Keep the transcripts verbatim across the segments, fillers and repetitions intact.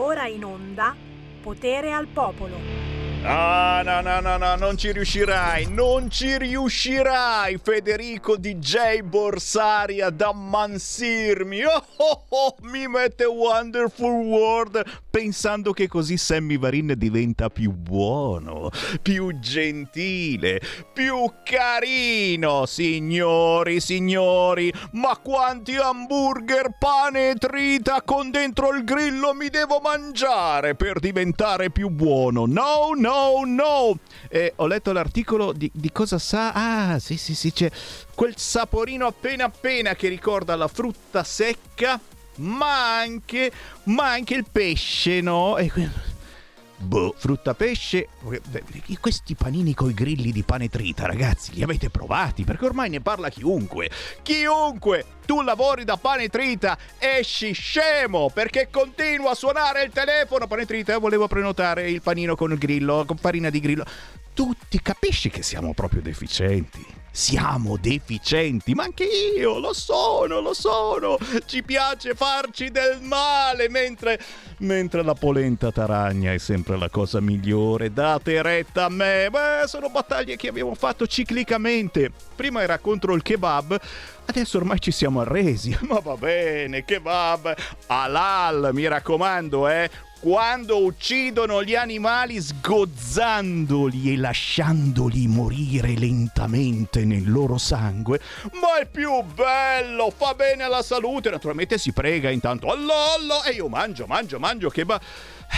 ora in onda Potere al Popolo. Ah, no, no, no, no, non ci riuscirai, non ci riuscirai, Federico D J Borsari, ad ammansirmi. Oh, oh, oh, mi mette Wonderful World pensando che così Sammy Varin diventa più buono, più gentile, più carino. Signori, signori, ma quanti hamburger, pane e trita con dentro il grillo mi devo mangiare per diventare più buono? No, no. No, no! Eh, ho letto l'articolo di, di cosa sa... Ah, sì, sì, sì, c'è quel saporino appena appena che ricorda la frutta secca, ma anche, ma anche il pesce, no? E... Boh, frutta pesce. Questi panini coi grilli di pane trita, ragazzi, li avete provati? Perché ormai ne parla chiunque. Chiunque! Tu lavori da pane trita, esci scemo, perché continua a suonare il telefono. Pane trita, volevo prenotare il panino con il grillo, con farina di grillo. Tutti, capisci che siamo proprio deficienti? Siamo deficienti, ma anche io lo sono, lo sono. Ci piace farci del male, mentre, mentre la polenta taragna è sempre la cosa migliore. Date retta a me. Beh, sono battaglie che abbiamo fatto ciclicamente. Prima era contro il kebab, adesso ormai ci siamo arresi. Ma va bene, kebab halal, mi raccomando, eh. Quando uccidono gli animali sgozzandoli e lasciandoli morire lentamente nel loro sangue, ma è più bello, fa bene alla salute, naturalmente si prega intanto Allah, Allah, e io mangio, mangio, mangio, che ba...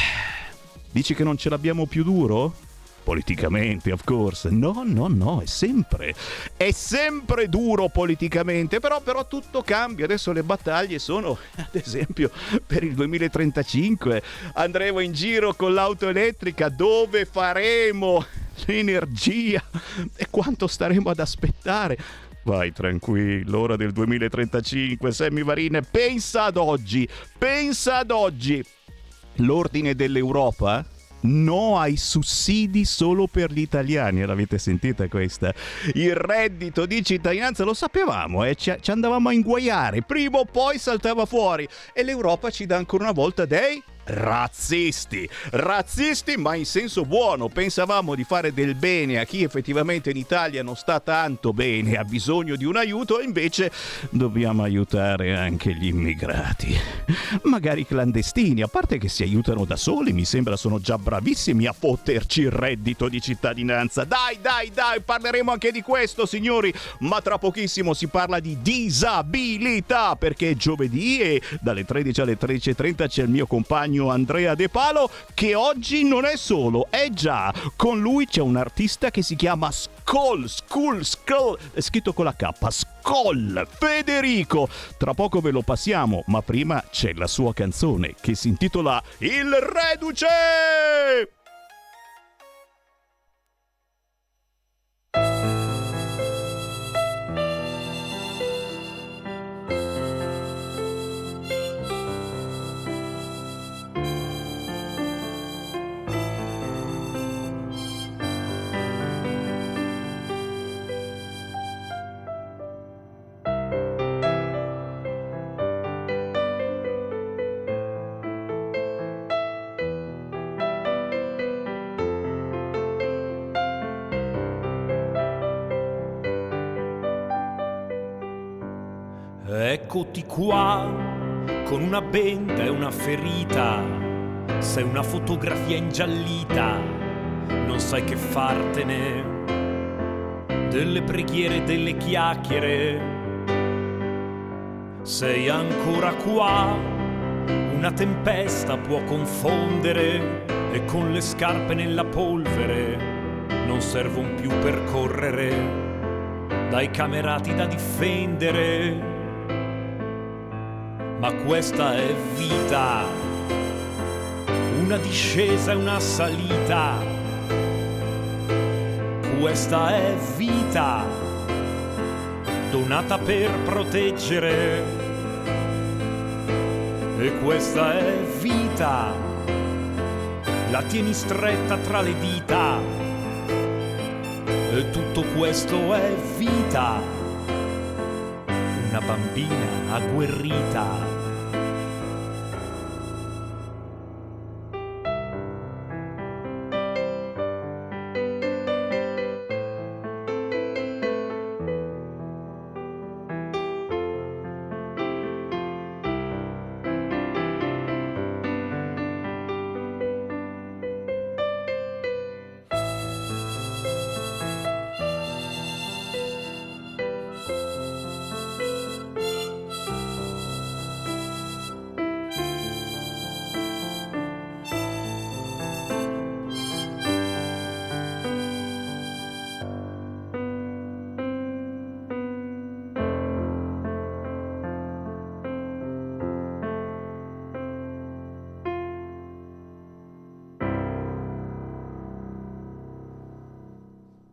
Dici che non ce l'abbiamo più duro? Politicamente, of course. No, no, no, è sempre, è sempre duro politicamente, però, però tutto cambia. Adesso le battaglie sono, ad esempio, per il duemilatrentacinque andremo in giro con l'auto elettrica, dove faremo l'energia e quanto staremo ad aspettare. Vai tranquillo, l'ora del duemilatrentacinque, Sammy Varin, pensa ad oggi, pensa ad oggi. L'ordine dell'Europa? No ai sussidi solo per gli italiani. L'avete sentita questa? Il reddito di cittadinanza lo sapevamo, eh? ci, ci andavamo a inguaiare, prima o poi saltava fuori, e l'Europa ci dà ancora una volta dei razzisti, razzisti ma in senso buono. Pensavamo di fare del bene a chi effettivamente in Italia non sta tanto bene, ha bisogno di un aiuto, e invece dobbiamo aiutare anche gli immigrati, magari clandestini, a parte che si aiutano da soli, mi sembra sono già bravissimi a fotterci il reddito di cittadinanza. Dai, dai, dai, parleremo anche di questo, signori, ma tra pochissimo si parla di disabilità, perché è giovedì e dalle tredici alle tredici e trenta c'è il mio compagno Andrea De Palo, che oggi non è solo, è già con lui c'è un artista che si chiama Skoll, Skull, Skull, è scritto con la K, Skoll, Federico. Tra poco ve lo passiamo, ma prima c'è la sua canzone che si intitola Il Reduce. Eccoti qua, con una benda e una ferita, sei una fotografia ingiallita, non sai che fartene delle preghiere e delle chiacchiere. Sei ancora qua, una tempesta può confondere, e con le scarpe nella polvere non servono più per correre dai camerati da difendere. Ma questa è vita, una discesa e una salita. Questa è vita, donata per proteggere. E questa è vita, la tieni stretta tra le dita. E tutto questo è vita, una bambina agguerrita.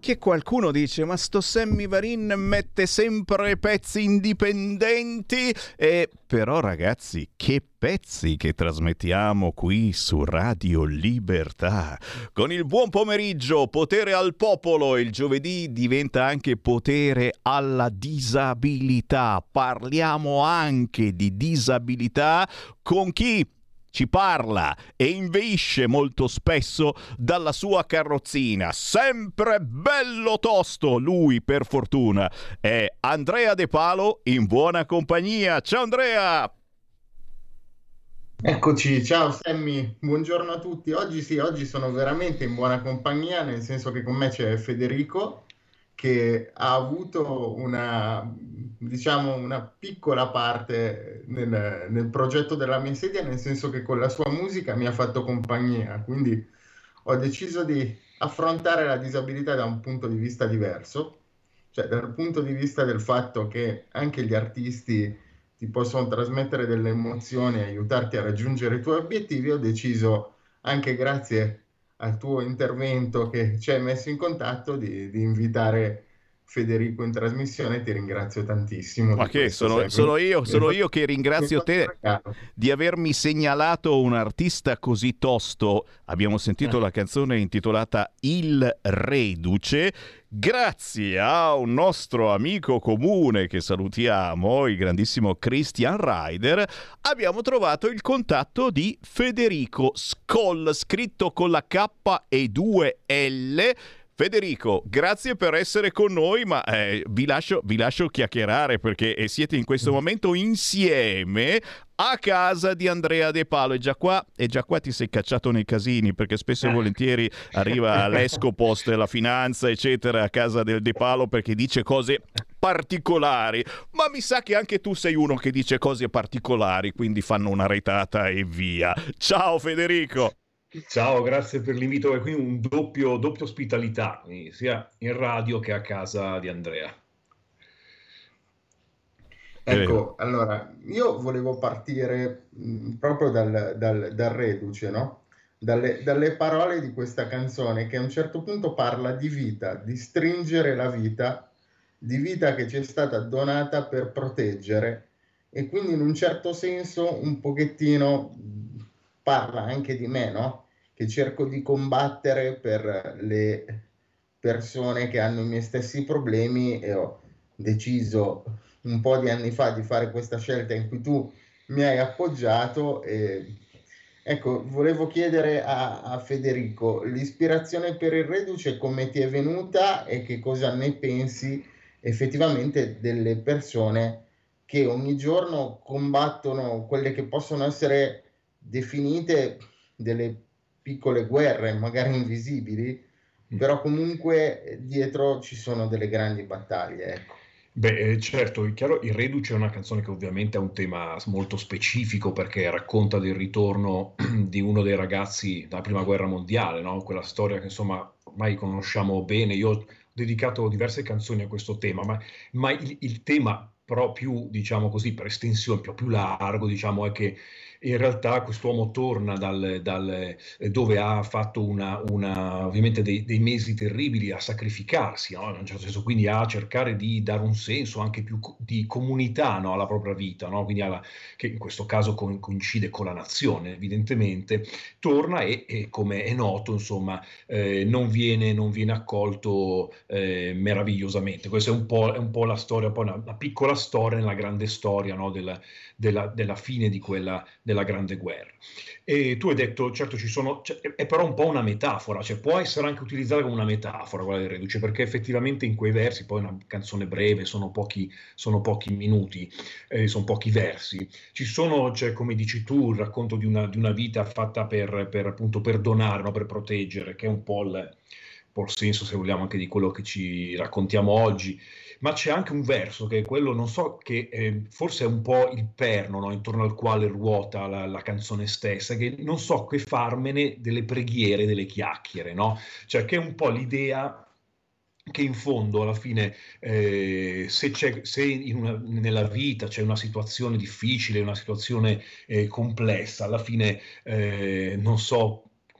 Perché qualcuno dice ma sto Sammy Varin mette sempre pezzi indipendenti, e però ragazzi, che pezzi che trasmettiamo qui su Radio Libertà. Con il buon pomeriggio, potere al popolo, il giovedì diventa anche potere alla disabilità. Parliamo anche di disabilità con chi ci parla e inveisce molto spesso dalla sua carrozzina, sempre bello tosto, lui per fortuna, è Andrea De Palo in buona compagnia. Ciao Andrea! Eccoci, ciao Sammy, buongiorno a tutti. Oggi sì, oggi sono veramente in buona compagnia, nel senso che con me c'è Federico, che ha avuto una, diciamo, una piccola parte nel, nel progetto della mia sedia, nel senso che con la sua musica mi ha fatto compagnia, quindi ho deciso di affrontare la disabilità da un punto di vista diverso, cioè dal punto di vista del fatto che anche gli artisti ti possono trasmettere delle emozioni e aiutarti a raggiungere i tuoi obiettivi. Ho deciso, anche grazie al tuo intervento che ci hai messo in contatto, di, di invitare Federico in trasmissione. Ti ringrazio tantissimo. Ma che sono, sono io, sono io che ringrazio te di avermi segnalato un artista così tosto. Abbiamo sentito la canzone intitolata Il Reduce, grazie a un nostro amico comune che salutiamo, il grandissimo Christian Rider. Abbiamo trovato il contatto di Federico Skoll, scritto con la K e due L. Federico, grazie per essere con noi, ma eh, vi lascio, vi lascio chiacchierare perché eh, siete in questo momento insieme a casa di Andrea De Palo. E già qua, e già qua ti sei cacciato nei casini, perché spesso e volentieri arriva l'Escopost, la finanza, eccetera, a casa del De Palo perché dice cose particolari. Ma mi sa che anche tu sei uno che dice cose particolari, quindi fanno una retata e via. Ciao Federico! Ciao, grazie per l'invito. E quindi un doppio, doppia ospitalità, sia in radio che a casa di Andrea. Ecco, allora, io volevo partire mh, proprio dal, dal, dal reduce, no? Dalle, dalle parole di questa canzone, che a un certo punto parla di vita, di stringere la vita, di vita che ci è stata donata per proteggere, e quindi in un certo senso un pochettino parla anche di me, no? Che cerco di combattere per le persone che hanno i miei stessi problemi, e ho deciso un po' di anni fa di fare questa scelta in cui tu mi hai appoggiato. E ecco, volevo chiedere a, a Federico, l'ispirazione per il reduce come ti è venuta e che cosa ne pensi effettivamente delle persone che ogni giorno combattono quelle che possono essere definite delle piccole guerre, magari invisibili, però comunque dietro ci sono delle grandi battaglie, ecco. Beh, certo, è chiaro, Il Reduce è una canzone che ovviamente ha un tema molto specifico perché racconta del ritorno di uno dei ragazzi dalla Prima Guerra Mondiale, no? Quella storia che insomma ormai conosciamo bene. Io ho dedicato diverse canzoni a questo tema, ma, ma il, il tema però più, diciamo così, per estensione, più, più largo, diciamo, è che in realtà quest'uomo torna dal, dal, dove ha fatto una, una, ovviamente dei, dei mesi terribili a sacrificarsi, no? In un certo senso, quindi a cercare di dare un senso anche più di comunità, no? Alla propria vita, no? Quindi alla, che in questo caso co- coincide con la nazione, evidentemente, torna e, e come è noto, insomma, eh, non, viene, non viene accolto eh, meravigliosamente. Questa è un po', è un po' la storia, poi una, una piccola storia nella grande storia, no? della, della, della fine di quella della Grande Guerra. E tu hai detto, certo, ci sono, cioè, è però un po' una metafora, cioè può essere anche utilizzata come una metafora quella del reduce, perché effettivamente in quei versi, poi è una canzone breve, sono pochi, sono pochi minuti, eh, sono pochi versi, ci sono, cioè, come dici tu, il racconto di una, di una vita fatta per, per appunto per donare, no? Per proteggere, che è un po' il, un po' il senso, se vogliamo, anche di quello che ci raccontiamo oggi. Ma c'è anche un verso che è quello, non so, che eh, forse è un po' il perno, no? Intorno al quale ruota la, la canzone stessa, che non so che farmene delle preghiere, delle chiacchiere, no? Cioè che è un po' l'idea che in fondo alla fine eh, se, c'è, se in una, nella vita c'è una situazione difficile, una situazione eh, complessa, alla fine eh, non so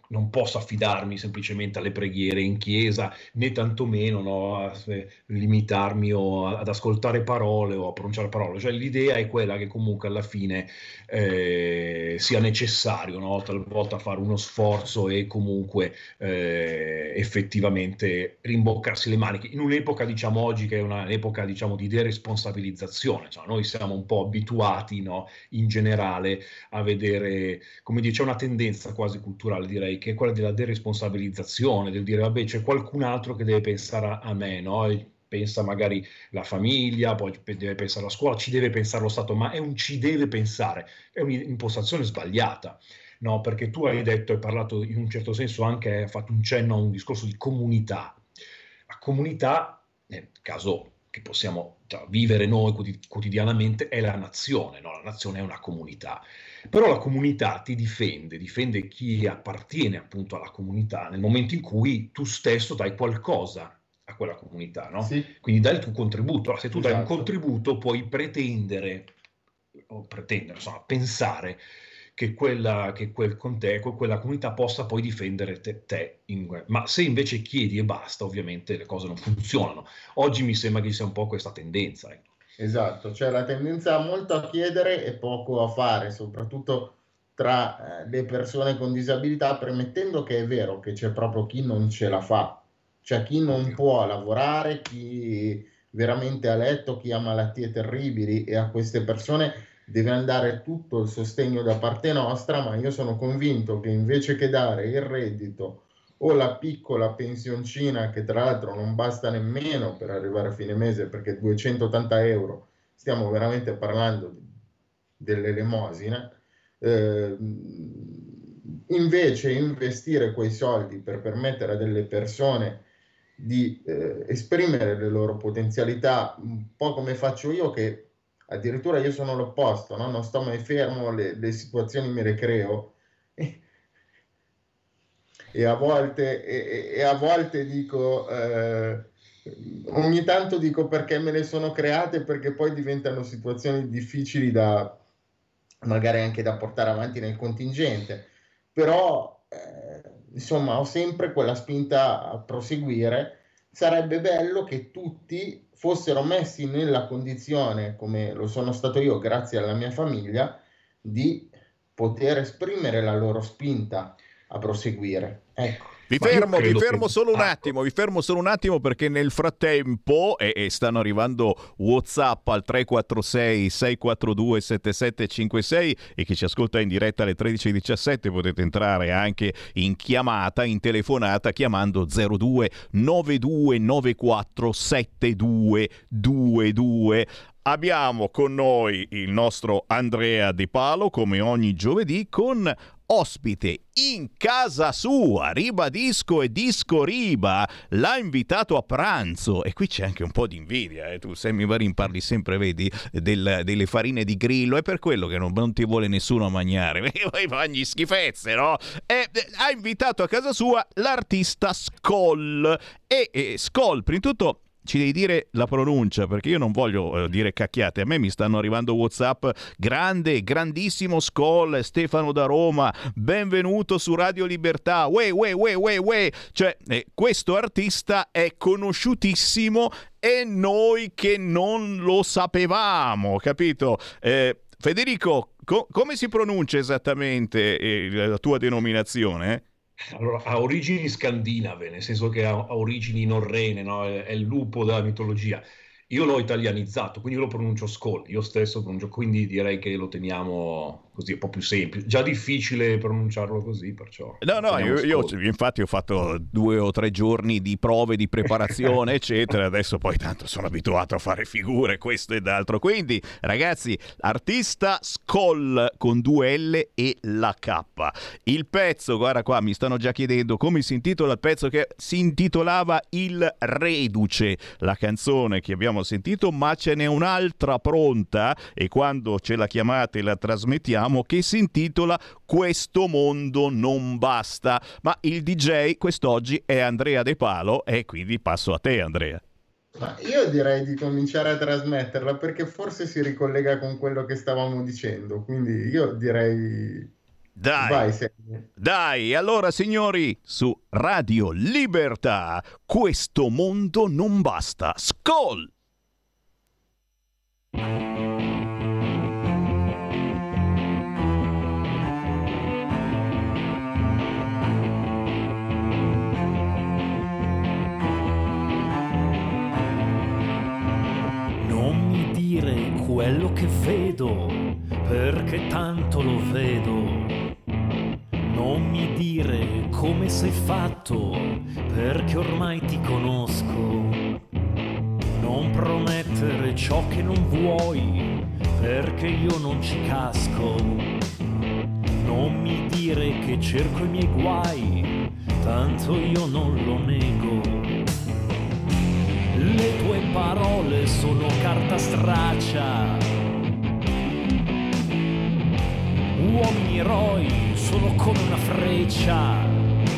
non posso affidarmi semplicemente alle preghiere in chiesa, né tantomeno no, a eh, limitarmi o a, ad ascoltare parole o a pronunciare parole. Cioè l'idea è quella che comunque alla fine eh, sia necessario, no, talvolta fare uno sforzo e comunque eh, effettivamente rimboccarsi le maniche. In un'epoca, diciamo oggi, che è un'epoca diciamo di deresponsabilizzazione, cioè, noi siamo un po' abituati, no, in generale a vedere, come dice, una tendenza quasi culturale, direi, che è quella della deresponsabilizzazione, del dire vabbè c'è qualcun altro che deve pensare a, a me, no? E pensa magari la famiglia, poi deve pensare la scuola, ci deve pensare lo Stato, ma è un ci deve pensare, è un'impostazione sbagliata, no? Perché tu hai detto, hai parlato in un certo senso anche, hai fatto un cenno a un discorso di comunità. La comunità, nel caso che possiamo cioè, vivere noi quotidianamente, è la nazione, no? La nazione è una comunità. Però la comunità ti difende, difende chi appartiene appunto alla comunità nel momento in cui tu stesso dai qualcosa a quella comunità, no? Sì. Quindi dai il tuo contributo. Allora, se tu Esatto. dai un contributo puoi pretendere, o pretendere, insomma, pensare che quella, che quel con te, quella comunità possa poi difendere te, te in, ma se invece chiedi e basta, ovviamente le cose non funzionano. Oggi mi sembra che ci sia un po' questa tendenza, ecco. Esatto, c'è la tendenza molto a chiedere e poco a fare, soprattutto tra eh, le persone con disabilità, premettendo che è vero che c'è proprio chi non ce la fa, cioè chi non può lavorare, chi veramente a letto, chi ha malattie terribili, e a queste persone deve andare tutto il sostegno da parte nostra, ma io sono convinto che invece che dare il reddito o la piccola pensioncina, che tra l'altro non basta nemmeno per arrivare a fine mese, perché duecentottanta euro, stiamo veramente parlando dell'elemosina, eh, invece investire quei soldi per permettere a delle persone di eh, esprimere le loro potenzialità, un po' come faccio io, che addirittura io sono l'opposto, no? Non sto mai fermo, le, le situazioni me le creo. E a volte, e, e a volte dico, eh, ogni tanto dico perché me le sono create, perché poi diventano situazioni difficili da, magari anche da portare avanti nel contingente, però eh, insomma ho sempre quella spinta a proseguire. Sarebbe bello che tutti fossero messi nella condizione, come lo sono stato io grazie alla mia famiglia, di poter esprimere la loro spinta a proseguire. Ecco. Vi fermo, vi fermo solo un attimo, vi fermo solo un attimo perché nel frattempo e, e stanno arrivando WhatsApp al tre quattro sei sei quattro due sette sette cinque sei, e chi ci ascolta in diretta alle tredici e diciassette potete entrare anche in chiamata, in telefonata, chiamando zero due nove due nove quattro sette due due due. Abbiamo con noi il nostro Andrea De Palo, come ogni giovedì, con ospite in casa sua, ribadisco, e Disco Riba l'ha invitato a pranzo, e qui c'è anche un po' di invidia, eh? Tu Sammy Varin parli sempre, vedi, del, delle farine di grillo, è per quello che non, non ti vuole nessuno a mangiare, perché poi fanno schifezze, no? E eh, ha invitato a casa sua l'artista Skoll, e eh, Skoll, prima di tutto ci devi dire la pronuncia, perché io non voglio eh, dire cacchiate. A me mi stanno arrivando WhatsApp: grande, grandissimo Skoll, Stefano da Roma, benvenuto su Radio Libertà, uè, uè, uè, uè, uè. Cioè, eh, questo artista è conosciutissimo e noi che non lo sapevamo, capito? Eh, Federico, co- come si pronuncia esattamente eh, la tua denominazione? Allora, ha origini scandinave, nel senso che ha, ha origini norrene, no? È, è il lupo della mitologia. Io l'ho italianizzato, quindi io lo pronuncio Skoll, io stesso pronuncio, quindi direi che lo teniamo così, un po' più semplice. Già difficile pronunciarlo così, perciò... No, no, io, io infatti ho fatto due o tre giorni di prove, di preparazione, eccetera, adesso poi tanto sono abituato a fare figure, questo ed altro. Quindi, ragazzi, artista Skoll con due L e la K. Il pezzo, guarda qua, mi stanno già chiedendo come si intitola il pezzo, che si intitolava Il Reduce, la canzone che abbiamo sentito, ma ce n'è un'altra pronta, e quando ce la chiamate la trasmettiamo, che si intitola Questo mondo non basta. Ma il D J quest'oggi è Andrea De Palo, e quindi passo a te, Andrea. Ma io direi di cominciare a trasmetterla, perché forse si ricollega con quello che stavamo dicendo, quindi io direi Dai, Vai, Sammy. dai, allora signori, su Radio Libertà, questo mondo non basta. Skol! Non mi dire quello che vedo, perché tanto lo vedo. Non mi dire come sei fatto, perché ormai ti conosco. Non promettere ciò che non vuoi, perché io non ci casco. Non mi dire che cerco i miei guai, tanto io non lo nego. Le tue parole sono carta straccia. Uomini eroi sono come una freccia.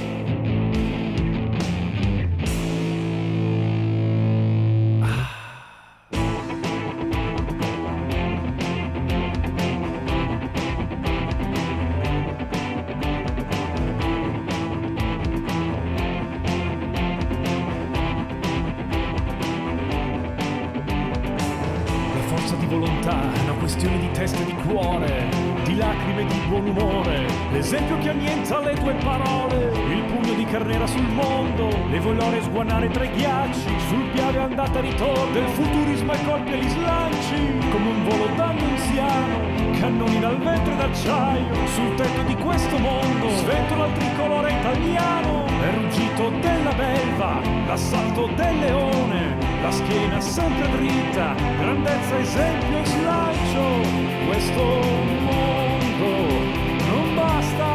L'esempio che annienta le tue parole, il pugno di Carnera sul mondo, le volore sguanare tra i ghiacci, sul piave andata e ritorno, del futurismo ai colpi e gli slanci, come un volo d'annunziano, cannoni dal ventre d'acciaio, sul tetto di questo mondo, sventola il tricolore italiano, è ruggito della belva, l'assalto del leone, la schiena sempre dritta, grandezza, esempio e slancio, questo mondo non basta,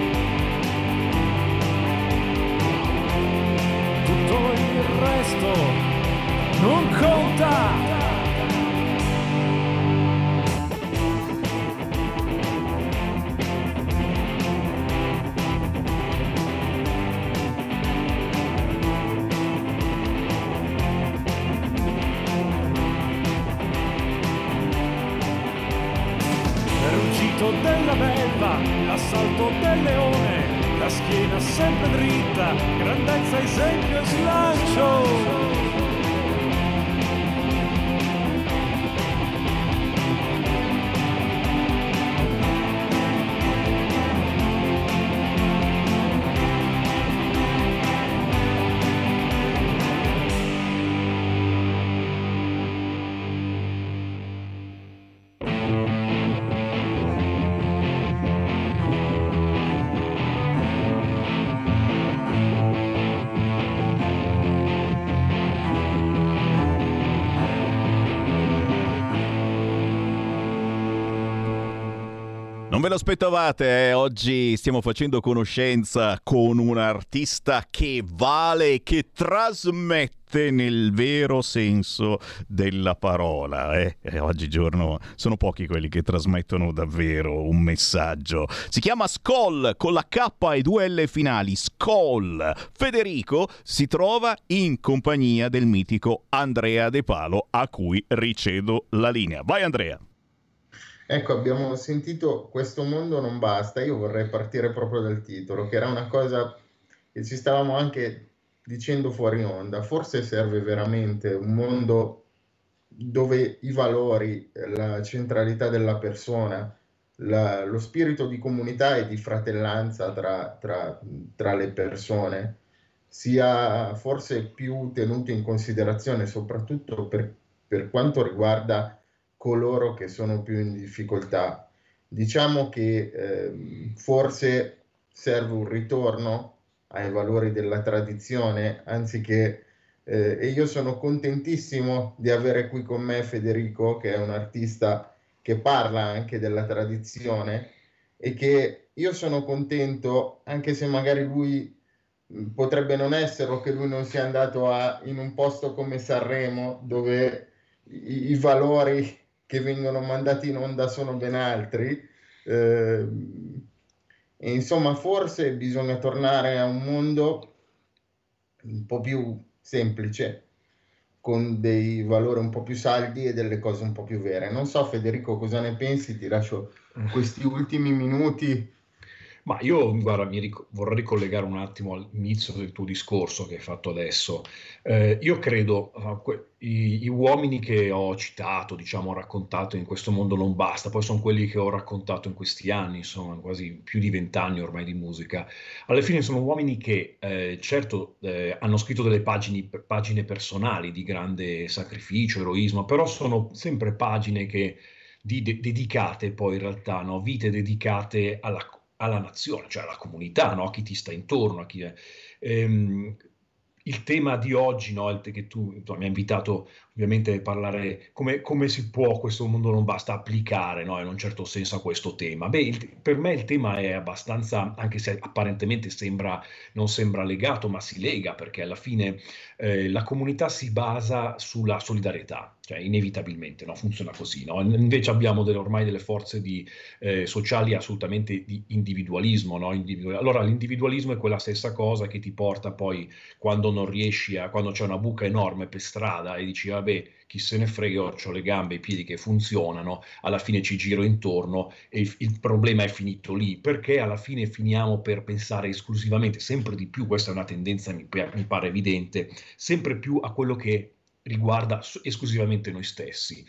tutto il resto non conta. Della belva, l'assalto del leone, la schiena sempre dritta, grandezza, esempio e slancio. Non ve lo aspettavate, eh? Oggi stiamo facendo conoscenza con un artista che vale, che trasmette nel vero senso della parola. Eh? E oggigiorno sono pochi quelli che trasmettono davvero un messaggio. Si chiama Skol, con la K e due L finali, Skol. Federico si trova in compagnia del mitico Andrea De Palo, a cui ricedo la linea. Vai Andrea! Ecco, abbiamo sentito Questo mondo non basta. Io vorrei partire proprio dal titolo, che era una cosa che ci stavamo anche dicendo fuori onda. Forse serve veramente un mondo dove i valori, la centralità della persona, la, lo spirito di comunità e di fratellanza tra, tra, tra le persone sia forse più tenuto in considerazione, soprattutto per, per quanto riguarda coloro che sono più in difficoltà. Diciamo che eh, forse serve un ritorno ai valori della tradizione, anziché eh, e io sono contentissimo di avere qui con me Federico, che è un artista che parla anche della tradizione, e che io sono contento, anche se magari lui potrebbe non essere, o che lui non sia andato a, in un posto come Sanremo, dove i, i valori che vengono mandati in onda sono ben altri, eh, e insomma forse bisogna tornare a un mondo un po' più semplice, con dei valori un po' più saldi e delle cose un po' più vere. Non so Federico cosa ne pensi, ti lascio questi ultimi minuti Ma io, guarda, mi ric- vorrei ricollegare un attimo all'inizio del tuo discorso che hai fatto adesso. Eh, io credo, uh, que- i, gli uomini che ho citato, diciamo, ho raccontato in Questo mondo non basta, poi sono quelli che ho raccontato in questi anni, insomma, quasi più di vent'anni ormai di musica. Alla fine sono uomini che, eh, certo, eh, hanno scritto delle pagine, pagine personali di grande sacrificio, eroismo, però sono sempre pagine che di- de- dedicate poi in realtà, no? Vite dedicate alla, alla nazione, cioè alla comunità, no? A chi ti sta intorno, a chi è. Ehm, il tema di oggi, no? Il te- che tu, tu mi hai invitato ovviamente a parlare come, come si può questo mondo non basta applicare, no? In un certo senso a questo tema. Beh, il- per me il tema è abbastanza, anche se apparentemente sembra, non sembra legato, ma si lega perché alla fine eh, la comunità si basa sulla solidarietà, cioè inevitabilmente, no? Funziona così, no? Invece abbiamo delle- ormai delle forze di, eh, sociali assolutamente di individualismo, no? Individu- allora l'individualismo è quella stessa cosa che ti porta poi quando non riesci a, quando c'è una buca enorme per strada e dici vabbè, chi se ne frega, ho le gambe e i piedi che funzionano, alla fine ci giro intorno e il, il problema è finito lì, perché alla fine finiamo per pensare esclusivamente, sempre di più, questa è una tendenza mi, mi pare evidente, sempre più a quello che riguarda esclusivamente noi stessi.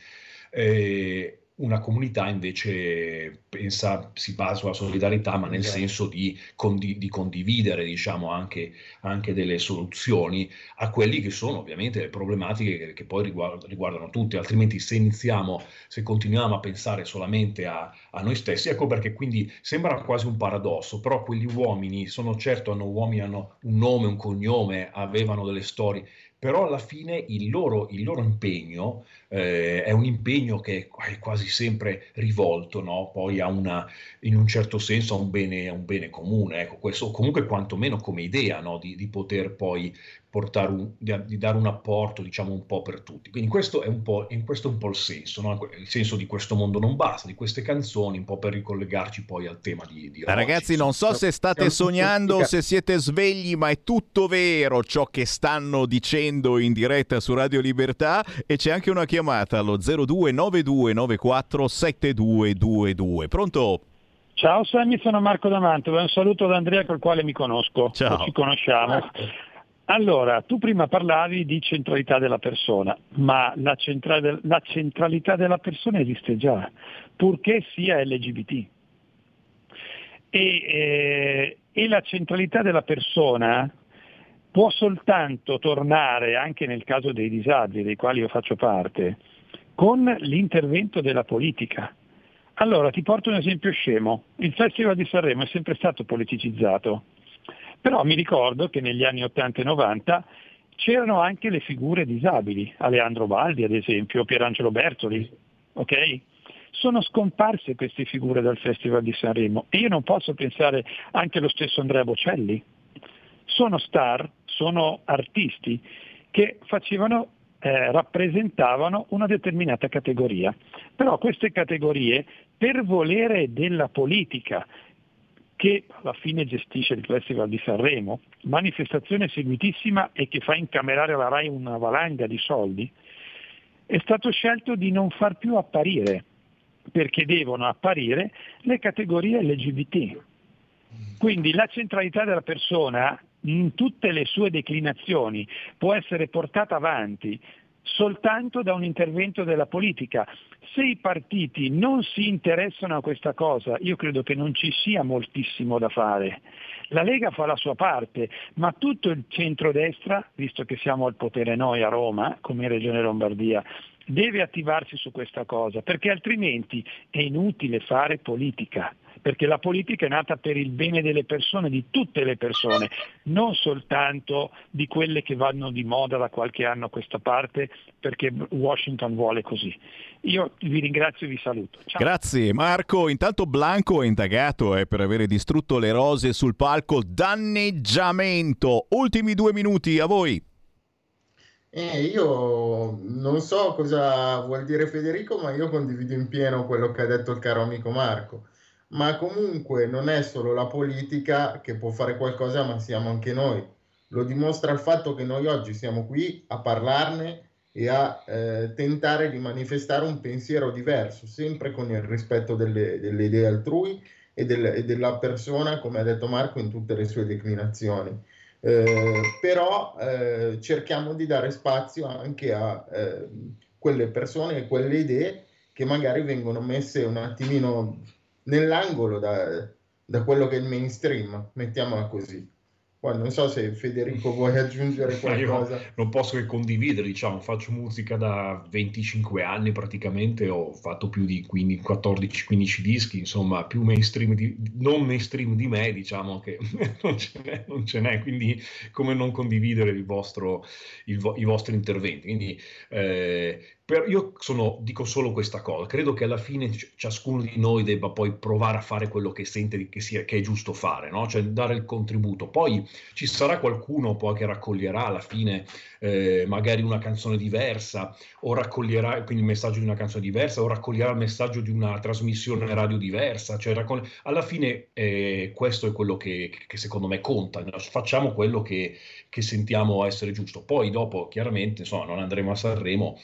Eh, una comunità invece pensa, si basa sulla solidarietà, ma nel Esatto. senso di, condi- di condividere, diciamo, anche, anche delle soluzioni a quelli che sono ovviamente le problematiche che, che poi riguard- riguardano tutti, altrimenti se iniziamo, se continuiamo a pensare solamente a, a noi stessi, ecco perché quindi sembra quasi un paradosso, però quegli uomini sono certo, hanno uomini, hanno un nome, un cognome, avevano delle storie, però alla fine il loro, il loro impegno eh, è un impegno che è quasi sempre rivolto, no? Poi a una, in un certo senso a un bene, a un bene comune, ecco, questo comunque quantomeno come idea, no? Di, di poter poi portare un, di, di dare un apporto, diciamo, un po' per tutti. Quindi questo è un po', in questo è un po' il senso, no? Il senso di Questo mondo non basta, di queste canzoni, un po' per ricollegarci poi al tema di, di oggi. Ragazzi, non so Insomma. se state sognando, se siete svegli, ma è tutto vero ciò che stanno dicendo in diretta su Radio Libertà e c'è anche una chiamata allo zero due nove due nove quattro sette due due due. Pronto? Ciao Sammy, sono Marco da Mantova, un saluto da Andrea col quale mi conosco, Ciao. o ci conosciamo. Allora, tu prima parlavi di centralità della persona, ma la, centra- la centralità della persona esiste già, purché sia L G B T. E, eh, e la centralità della persona può soltanto tornare, anche nel caso dei disabili, dei quali io faccio parte, con l'intervento della politica. Allora, ti porto un esempio scemo. Il Festival di Sanremo è sempre stato politicizzato, però mi ricordo che negli anni ottanta e novanta c'erano anche le figure disabili, Aleandro Baldi ad esempio, Pierangelo Bertoli, ok? Sono scomparse queste figure dal Festival di Sanremo e io non posso pensare anche allo stesso Andrea Bocelli. Sono star, sono artisti che facevano, eh, rappresentavano una determinata categoria. Però queste categorie, per volere della politica, che alla fine gestisce il Festival di Sanremo, manifestazione seguitissima e che fa incamerare alla RAI una valanga di soldi, è stato scelto di non far più apparire, perché devono apparire le categorie L G B T. Quindi la centralità della persona in tutte le sue declinazioni può essere portata avanti soltanto da un intervento della politica. Se i partiti non si interessano a questa cosa, io credo che non ci sia moltissimo da fare. La Lega fa la sua parte, ma tutto il centrodestra, visto che siamo al potere noi a Roma, come in Regione Lombardia, deve attivarsi su questa cosa, perché altrimenti è inutile fare politica, perché la politica è nata per il bene delle persone, di tutte le persone, non soltanto di quelle che vanno di moda da qualche anno a questa parte, perché Washington vuole così. Io vi ringrazio e vi saluto. Ciao. Grazie Marco. Intanto Blanco è indagato eh, per avere distrutto le rose sul palco. Danneggiamento. Ultimi due minuti a voi. Eh, io non so cosa vuol dire Federico, ma io condivido in pieno quello che ha detto il caro amico Marco. Ma comunque non è solo la politica che può fare qualcosa, ma siamo anche noi. Lo dimostra il fatto che noi oggi siamo qui a parlarne e a eh, tentare di manifestare un pensiero diverso, sempre con il rispetto delle, delle idee altrui e, del, e della persona, come ha detto Marco, in tutte le sue declinazioni. Eh, però eh, cerchiamo di dare spazio anche a eh, quelle persone e quelle idee che magari vengono messe un attimino nell'angolo da, da quello che è il mainstream, mettiamola così. Poi non so se Federico vuoi aggiungere qualcosa. Io non posso che condividere, diciamo, faccio musica da venticinque anni praticamente, ho fatto più di quattordici quindici dischi, insomma, più mainstream di, non mainstream di me, diciamo che non ce n'è, non ce n'è, quindi come non condividere il vostro, il vo- i vostri interventi. Quindi eh, per, io sono, dico solo questa cosa, credo che alla fine c- ciascuno di noi debba poi provare a fare quello che sente che, sia, che è giusto fare, no? Cioè dare il contributo. Poi ci sarà qualcuno poi che raccoglierà alla fine eh, magari una canzone diversa, o raccoglierà quindi il messaggio di una canzone diversa, o raccoglierà il messaggio di una trasmissione radio diversa. Cioè, raccogli... alla fine eh, questo è quello che, che secondo me conta. Facciamo quello che, che sentiamo essere giusto. Poi dopo, chiaramente, insomma, non andremo a Sanremo.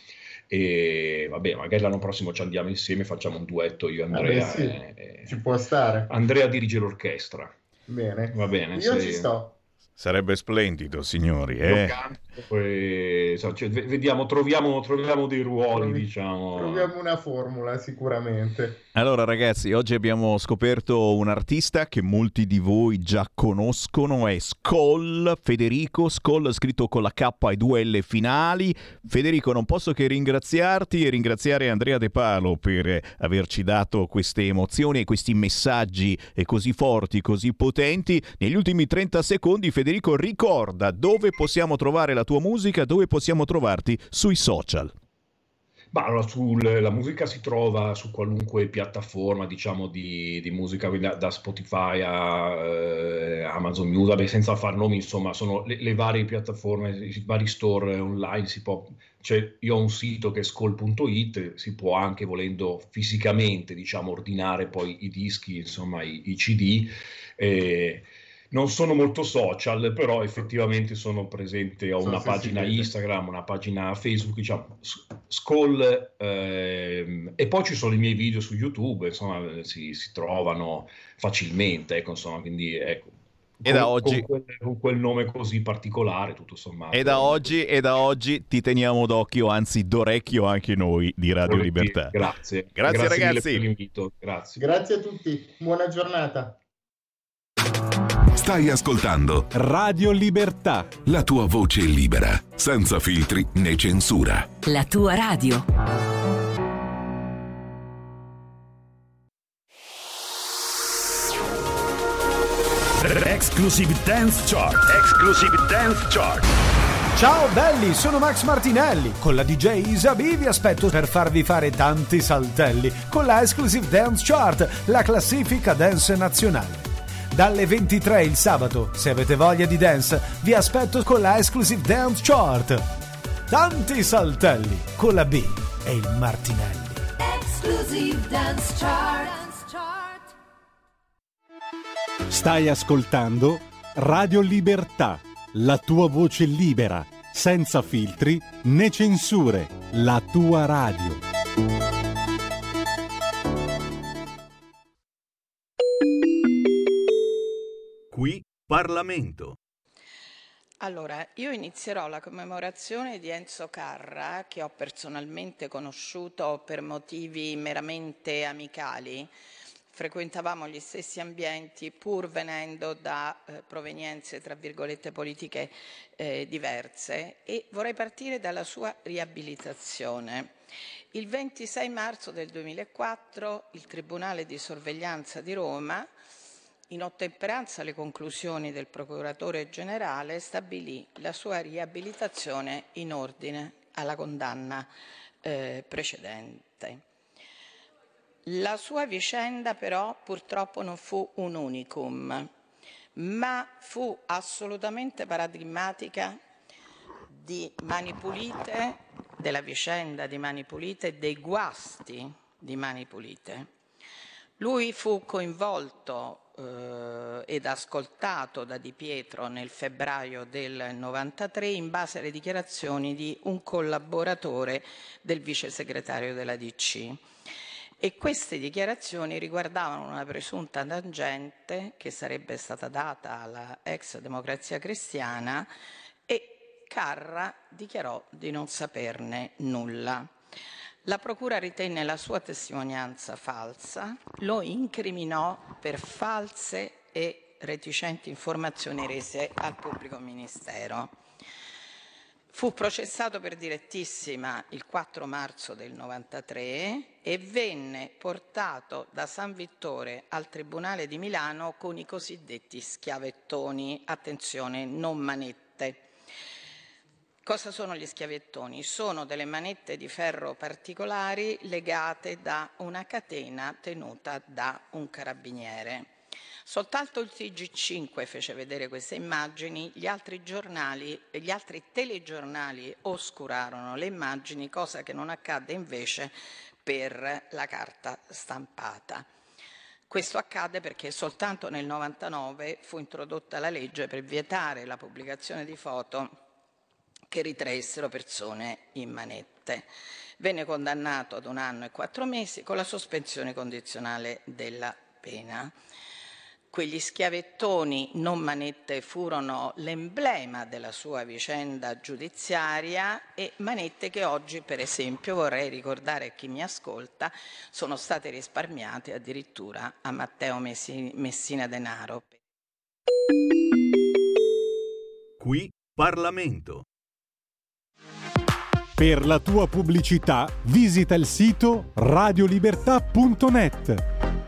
E vabbè, magari l'anno prossimo ci andiamo insieme, facciamo un duetto io e Andrea. Vabbè, sì, e... ci può stare. Andrea dirige l'orchestra. Bene, Va bene, io se... ci sto. Sarebbe splendido, signori. Io Eh? canto e, cioè, vediamo, troviamo, troviamo dei ruoli, Trovi- diciamo. Troviamo una formula sicuramente. Allora ragazzi, oggi abbiamo scoperto un artista che molti di voi già conoscono, è Skoll, Federico Skoll, scritto con la K e due L finali. Federico, non posso che ringraziarti e ringraziare Andrea De Palo per averci dato queste emozioni e questi messaggi così forti, così potenti. Negli ultimi trenta secondi, Federico, ricorda dove possiamo trovare la tua musica, dove possiamo trovarti sui social. Ma allora, sul, la musica si trova su qualunque piattaforma, diciamo, di, di musica, da, da Spotify a eh, Amazon Music, beh, senza far nomi, insomma, sono le, le varie piattaforme, i vari store online. Si può, cioè, io ho un sito che è skoll punto it, si può anche, volendo fisicamente, diciamo, ordinare poi i dischi, insomma, i, i C D. Eh, Non sono molto social, però effettivamente sono presente, ho So una se pagina si vede. Instagram, una pagina Facebook, diciamo, Skoll, ehm, e poi ci sono i miei video su YouTube, insomma, si, si trovano facilmente, ecco, insomma, quindi ecco. E Con, da oggi- con quel, con quel nome così particolare, tutto sommato. E da oggi, e da oggi ti teniamo d'occhio, anzi d'orecchio anche noi di Radio Volentieri, Libertà. Grazie. Grazie, mille ragazzi. per l'invito. Grazie. Grazie a tutti, buona giornata. Stai ascoltando Radio Libertà. la tua voce libera, senza filtri né censura. La tua radio. Exclusive Dance Chart. Exclusive Dance Chart. Ciao belli, sono Max Martinelli. Con la D J Isabi vi aspetto per farvi fare tanti saltelli con la Exclusive Dance Chart, la classifica dance nazionale. Dalle ventitré il sabato, se avete voglia di dance, vi aspetto con la Exclusive Dance Chart. Tanti saltelli con la B e il Martinelli. Exclusive Dance Chart. Stai ascoltando Radio Libertà, la tua voce libera, senza filtri né censure, la tua radio. Qui Parlamento. Allora, io inizierò la commemorazione di Enzo Carra, che ho personalmente conosciuto per motivi meramente amicali. Frequentavamo gli stessi ambienti pur venendo da eh, provenienze, tra virgolette, politiche eh, diverse, e vorrei partire dalla sua riabilitazione. Il ventisei marzo del duemilaquattro il Tribunale di Sorveglianza di Roma, in ottemperanza alle conclusioni del Procuratore Generale, stabilì la sua riabilitazione in ordine alla condanna eh, precedente. La sua vicenda però purtroppo non fu un unicum, ma fu assolutamente paradigmatica di Mani Pulite, della vicenda di Mani Pulite e dei guasti di Mani Pulite. Lui fu coinvolto eh, ed ascoltato da Di Pietro nel febbraio del novantatré in base alle dichiarazioni di un collaboratore del vice segretario della D C. E queste dichiarazioni riguardavano una presunta tangente che sarebbe stata data alla ex Democrazia Cristiana e Carra dichiarò di non saperne nulla. La procura ritenne la sua testimonianza falsa, lo incriminò per false e reticenti informazioni rese al pubblico ministero. Fu processato per direttissima il quattro marzo del novantatré e venne portato da San Vittore al Tribunale di Milano con i cosiddetti schiavettoni, attenzione, non manette. Cosa sono gli schiavettoni? Sono delle manette di ferro particolari legate da una catena tenuta da un carabiniere. Soltanto il T G cinque fece vedere queste immagini, gli altri giornali, gli altri telegiornali oscurarono le immagini, cosa che non accadde invece per la carta stampata. Questo accade perché soltanto nel novantanove fu introdotta la legge per vietare la pubblicazione di foto che ritraessero persone in manette. Venne condannato ad un anno e quattro mesi con la sospensione condizionale della pena. Quegli schiavettoni non manette furono l'emblema della sua vicenda giudiziaria e manette che oggi, per esempio, vorrei ricordare a chi mi ascolta, sono state risparmiate addirittura a Matteo Messina Denaro. Qui Parlamento. Per la tua pubblicità visita il sito radiolibertà punto net.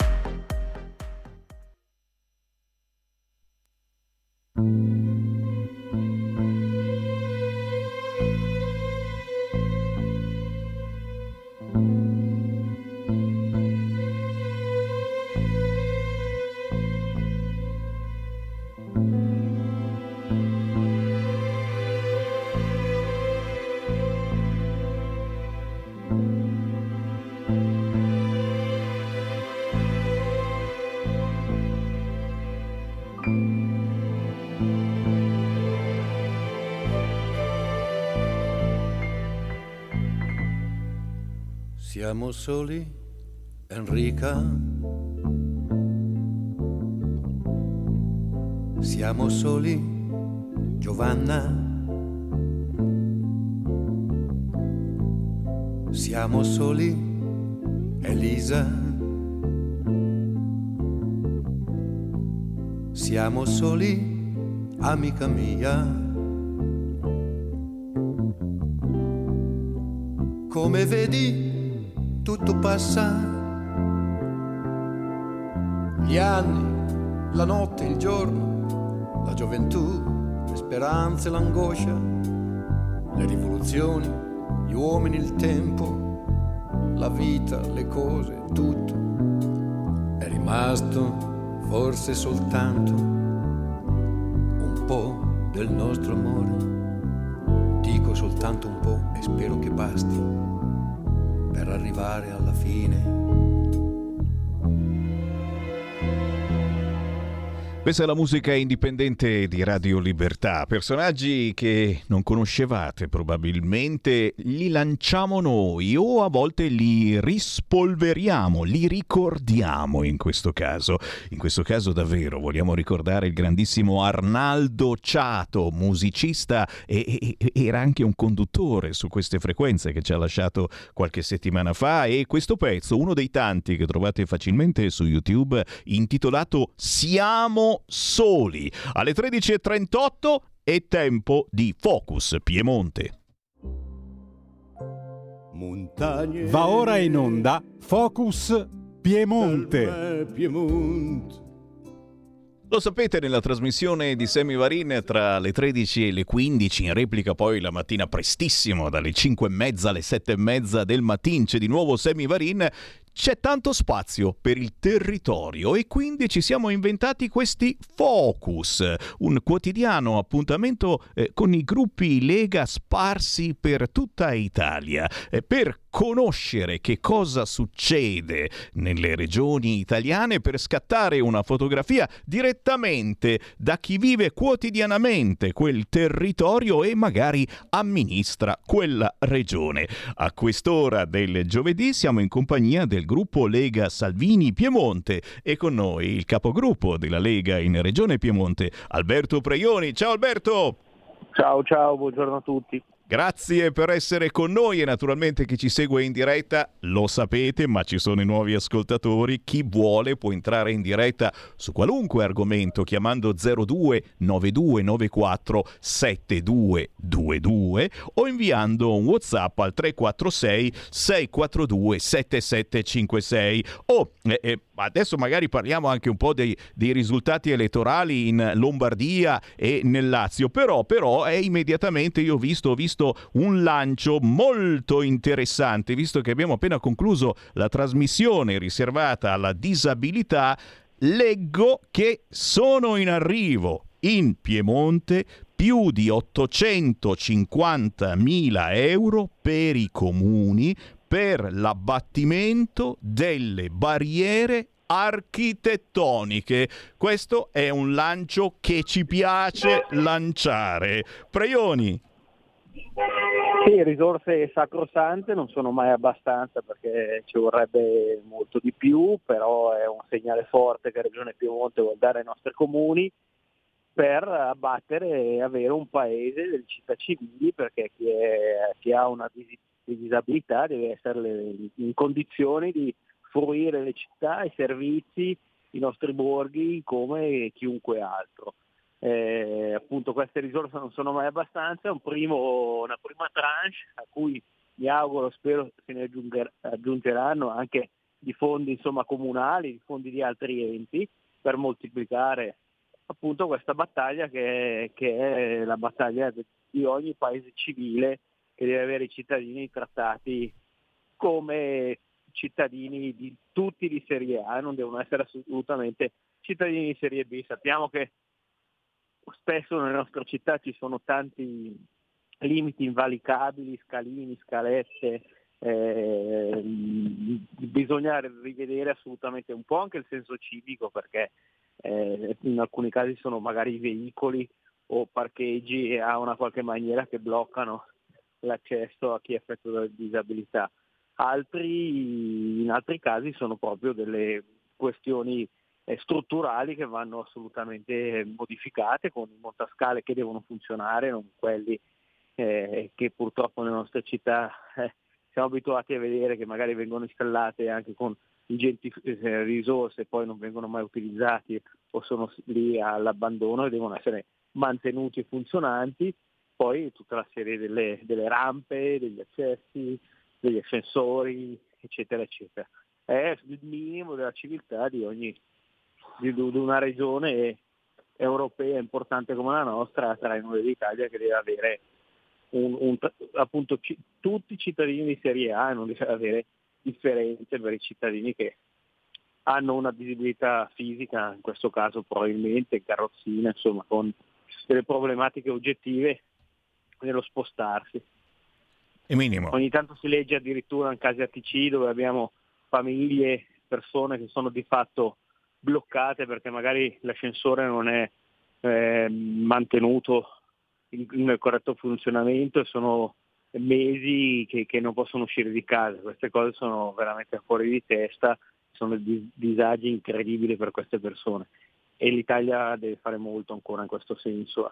Siamo soli, Enrica. Siamo soli, Giovanna. Siamo soli, Elisa. Siamo soli, amica mia. Come vedi, tutto passa, gli anni, la notte, il giorno, la gioventù, le speranze, l'angoscia, le rivoluzioni, gli uomini, il tempo, la vita, le cose, tutto. È rimasto forse soltanto un po' del nostro amore. Dico soltanto un po' e spero che basti per arrivare alla fine. Questa è la musica indipendente di Radio Libertà. Personaggi che non conoscevate probabilmente, li lanciamo noi o a volte li rispolveriamo, li ricordiamo in questo caso. In questo caso davvero vogliamo ricordare il grandissimo Arnaldo Ciato, musicista e, e era anche un conduttore su queste frequenze che ci ha lasciato qualche settimana fa, e questo pezzo, uno dei tanti che trovate facilmente su YouTube, intitolato Siamo soli. Alle tredici e trentotto è tempo di Focus Piemonte. Montagne. Va ora in onda Focus Piemonte. Piemonte. Lo sapete, nella trasmissione di Sammy Varin tra le tredici e le quindici, in replica poi la mattina prestissimo dalle cinque e mezza alle sette e mezza del mattino c'è di nuovo Sammy Varin. C'è tanto spazio per il territorio e quindi ci siamo inventati questi Focus, un quotidiano appuntamento eh, con i gruppi Lega sparsi per tutta Italia, eh, per conoscere che cosa succede nelle regioni italiane, per scattare una fotografia direttamente da chi vive quotidianamente quel territorio e magari amministra quella regione. A quest'ora del giovedì siamo in compagnia del del gruppo Lega Salvini Piemonte e con noi il capogruppo della Lega in Regione Piemonte, Alberto Preioni. Ciao Alberto! Ciao, ciao, buongiorno a tutti. Grazie per essere con noi e naturalmente chi ci segue in diretta lo sapete, ma ci sono i nuovi ascoltatori. Chi vuole può entrare in diretta su qualunque argomento chiamando zero due nove due nove quattro sette due due due o inviando un WhatsApp al tre quattro sei sei quattro due sette sette cinque sei. Oh, eh, eh, adesso magari parliamo anche un po' dei, dei risultati elettorali in Lombardia e nel Lazio, però, però è immediatamente io ho visto, ho visto un lancio molto interessante, visto che abbiamo appena concluso la trasmissione riservata alla disabilità. Leggo che sono in arrivo in Piemonte più di ottocentocinquantamila euro per i comuni per l'abbattimento delle barriere architettoniche. Questo è un lancio che ci piace lanciare. Preioni. Sì, risorse sacrosante non sono mai abbastanza perché ci vorrebbe molto di più, però è un segnale forte che Regione Piemonte vuol dare ai nostri comuni per abbattere e avere un paese delle città civili, perché chi, è, chi ha una dis- disabilità deve essere in condizioni di fruire le città, i servizi, i nostri borghi come chiunque altro. Eh, appunto queste risorse non sono mai abbastanza, è un primo, una prima tranche a cui mi auguro, spero se ne aggiunger- aggiungeranno anche di fondi insomma comunali, di fondi di altri enti per moltiplicare appunto questa battaglia che è, che è la battaglia di ogni paese civile, che deve avere i cittadini trattati come cittadini di tutti di serie A, non devono essere assolutamente cittadini di serie B. Sappiamo che spesso nelle nostre città ci sono tanti limiti invalicabili, scalini, scalette, eh, bisogna rivedere assolutamente un po' anche il senso civico, perché eh, in alcuni casi sono magari veicoli o parcheggi a una qualche maniera che bloccano l'accesso a chi è affetto da disabilità. Altri, in altri casi sono proprio delle questioni eh, strutturali che vanno assolutamente modificate, con i montascale che devono funzionare, non quelli eh, che purtroppo nelle nostre città eh, siamo abituati a vedere, che magari vengono installate anche con ingenti eh, risorse e poi non vengono mai utilizzati o sono lì all'abbandono e devono essere mantenuti e funzionanti. Poi tutta la serie delle, delle rampe, degli accessi, degli ascensori, eccetera, eccetera. È il minimo della civiltà di ogni di, di una regione europea importante come la nostra, tra i noi d'Italia, che deve avere un, un, appunto ci, tutti i cittadini di serie A e non deve avere differenze per i cittadini che hanno una disabilità fisica, in questo caso probabilmente carrozzina, insomma, con delle problematiche oggettive nello spostarsi. È minimo. Ogni tanto si legge addirittura in casi A T C dove abbiamo famiglie, persone che sono di fatto bloccate perché magari l'ascensore non è eh, mantenuto in, in corretto funzionamento e sono mesi che, che non possono uscire di casa. Queste cose sono veramente fuori di testa, sono dis- disagi incredibili per queste persone e l'Italia deve fare molto ancora in questo senso.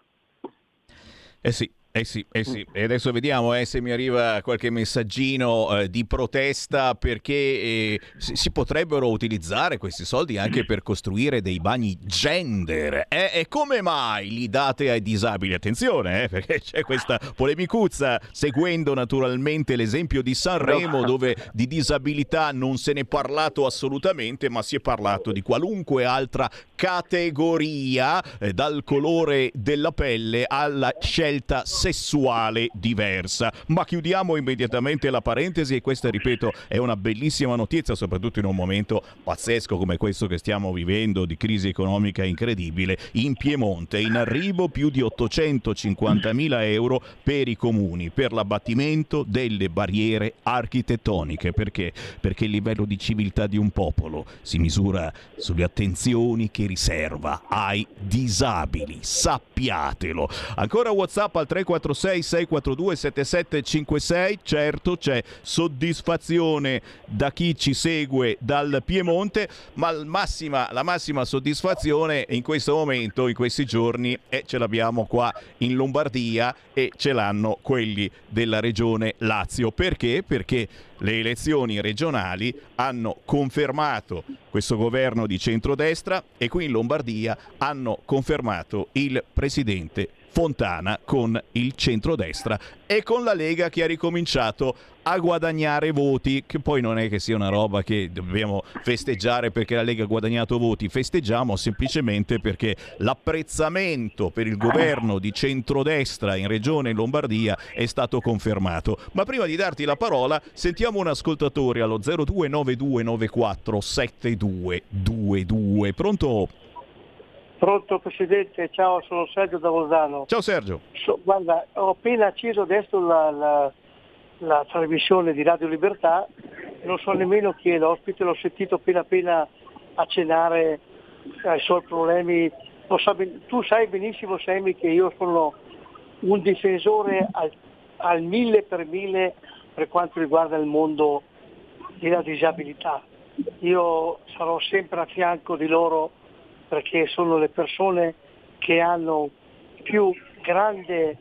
Eh sì. Eh sì, eh sì, e adesso vediamo eh, se mi arriva qualche messaggino eh, di protesta, perché eh, si, si potrebbero utilizzare questi soldi anche per costruire dei bagni gender. Eh, e come mai li date ai disabili? Attenzione, eh, perché c'è questa polemicuzza, seguendo naturalmente l'esempio di Sanremo, dove di disabilità non se n'è parlato assolutamente, ma si è parlato di qualunque altra categoria, eh, dal colore della pelle alla scelta sessuale diversa. Ma chiudiamo immediatamente la parentesi, e questa, ripeto, è una bellissima notizia, soprattutto in un momento pazzesco come questo che stiamo vivendo, di crisi economica incredibile. In Piemonte in arrivo più di ottocentocinquantamila euro per i comuni per l'abbattimento delle barriere architettoniche. Perché? Perché il livello di civiltà di un popolo si misura sulle attenzioni che riserva ai disabili, sappiatelo. Ancora WhatsApp al tre quattro sei sei quattro due sette sette cinque sei. Certo, c'è soddisfazione da chi ci segue dal Piemonte, ma il massima, la massima soddisfazione in questo momento, in questi giorni, e ce l'abbiamo qua in Lombardia e ce l'hanno quelli della regione Lazio. Perché? Perché le elezioni regionali hanno confermato questo governo di centrodestra e qui in Lombardia hanno confermato il presidente Fontana con il centrodestra e con la Lega che ha ricominciato a guadagnare voti, che poi non è che sia una roba che dobbiamo festeggiare perché la Lega ha guadagnato voti, festeggiamo semplicemente perché l'apprezzamento per il governo di centrodestra in regione Lombardia è stato confermato. Ma prima di darti la parola sentiamo un ascoltatore allo zero due nove due nove quattro sette due due due. Pronto? Pronto Presidente, ciao, sono Sergio da Bolzano. Ciao Sergio. So, guarda, ho appena acceso adesso la, la, la trasmissione di Radio Libertà, non so nemmeno chi è l'ospite, l'ho sentito appena appena accennare ai suoi problemi. Lo sa, tu sai benissimo, Sammy, che io sono un difensore al, al mille per mille per quanto riguarda il mondo della disabilità. Io sarò sempre a fianco di loro perché sono le persone che hanno più grande,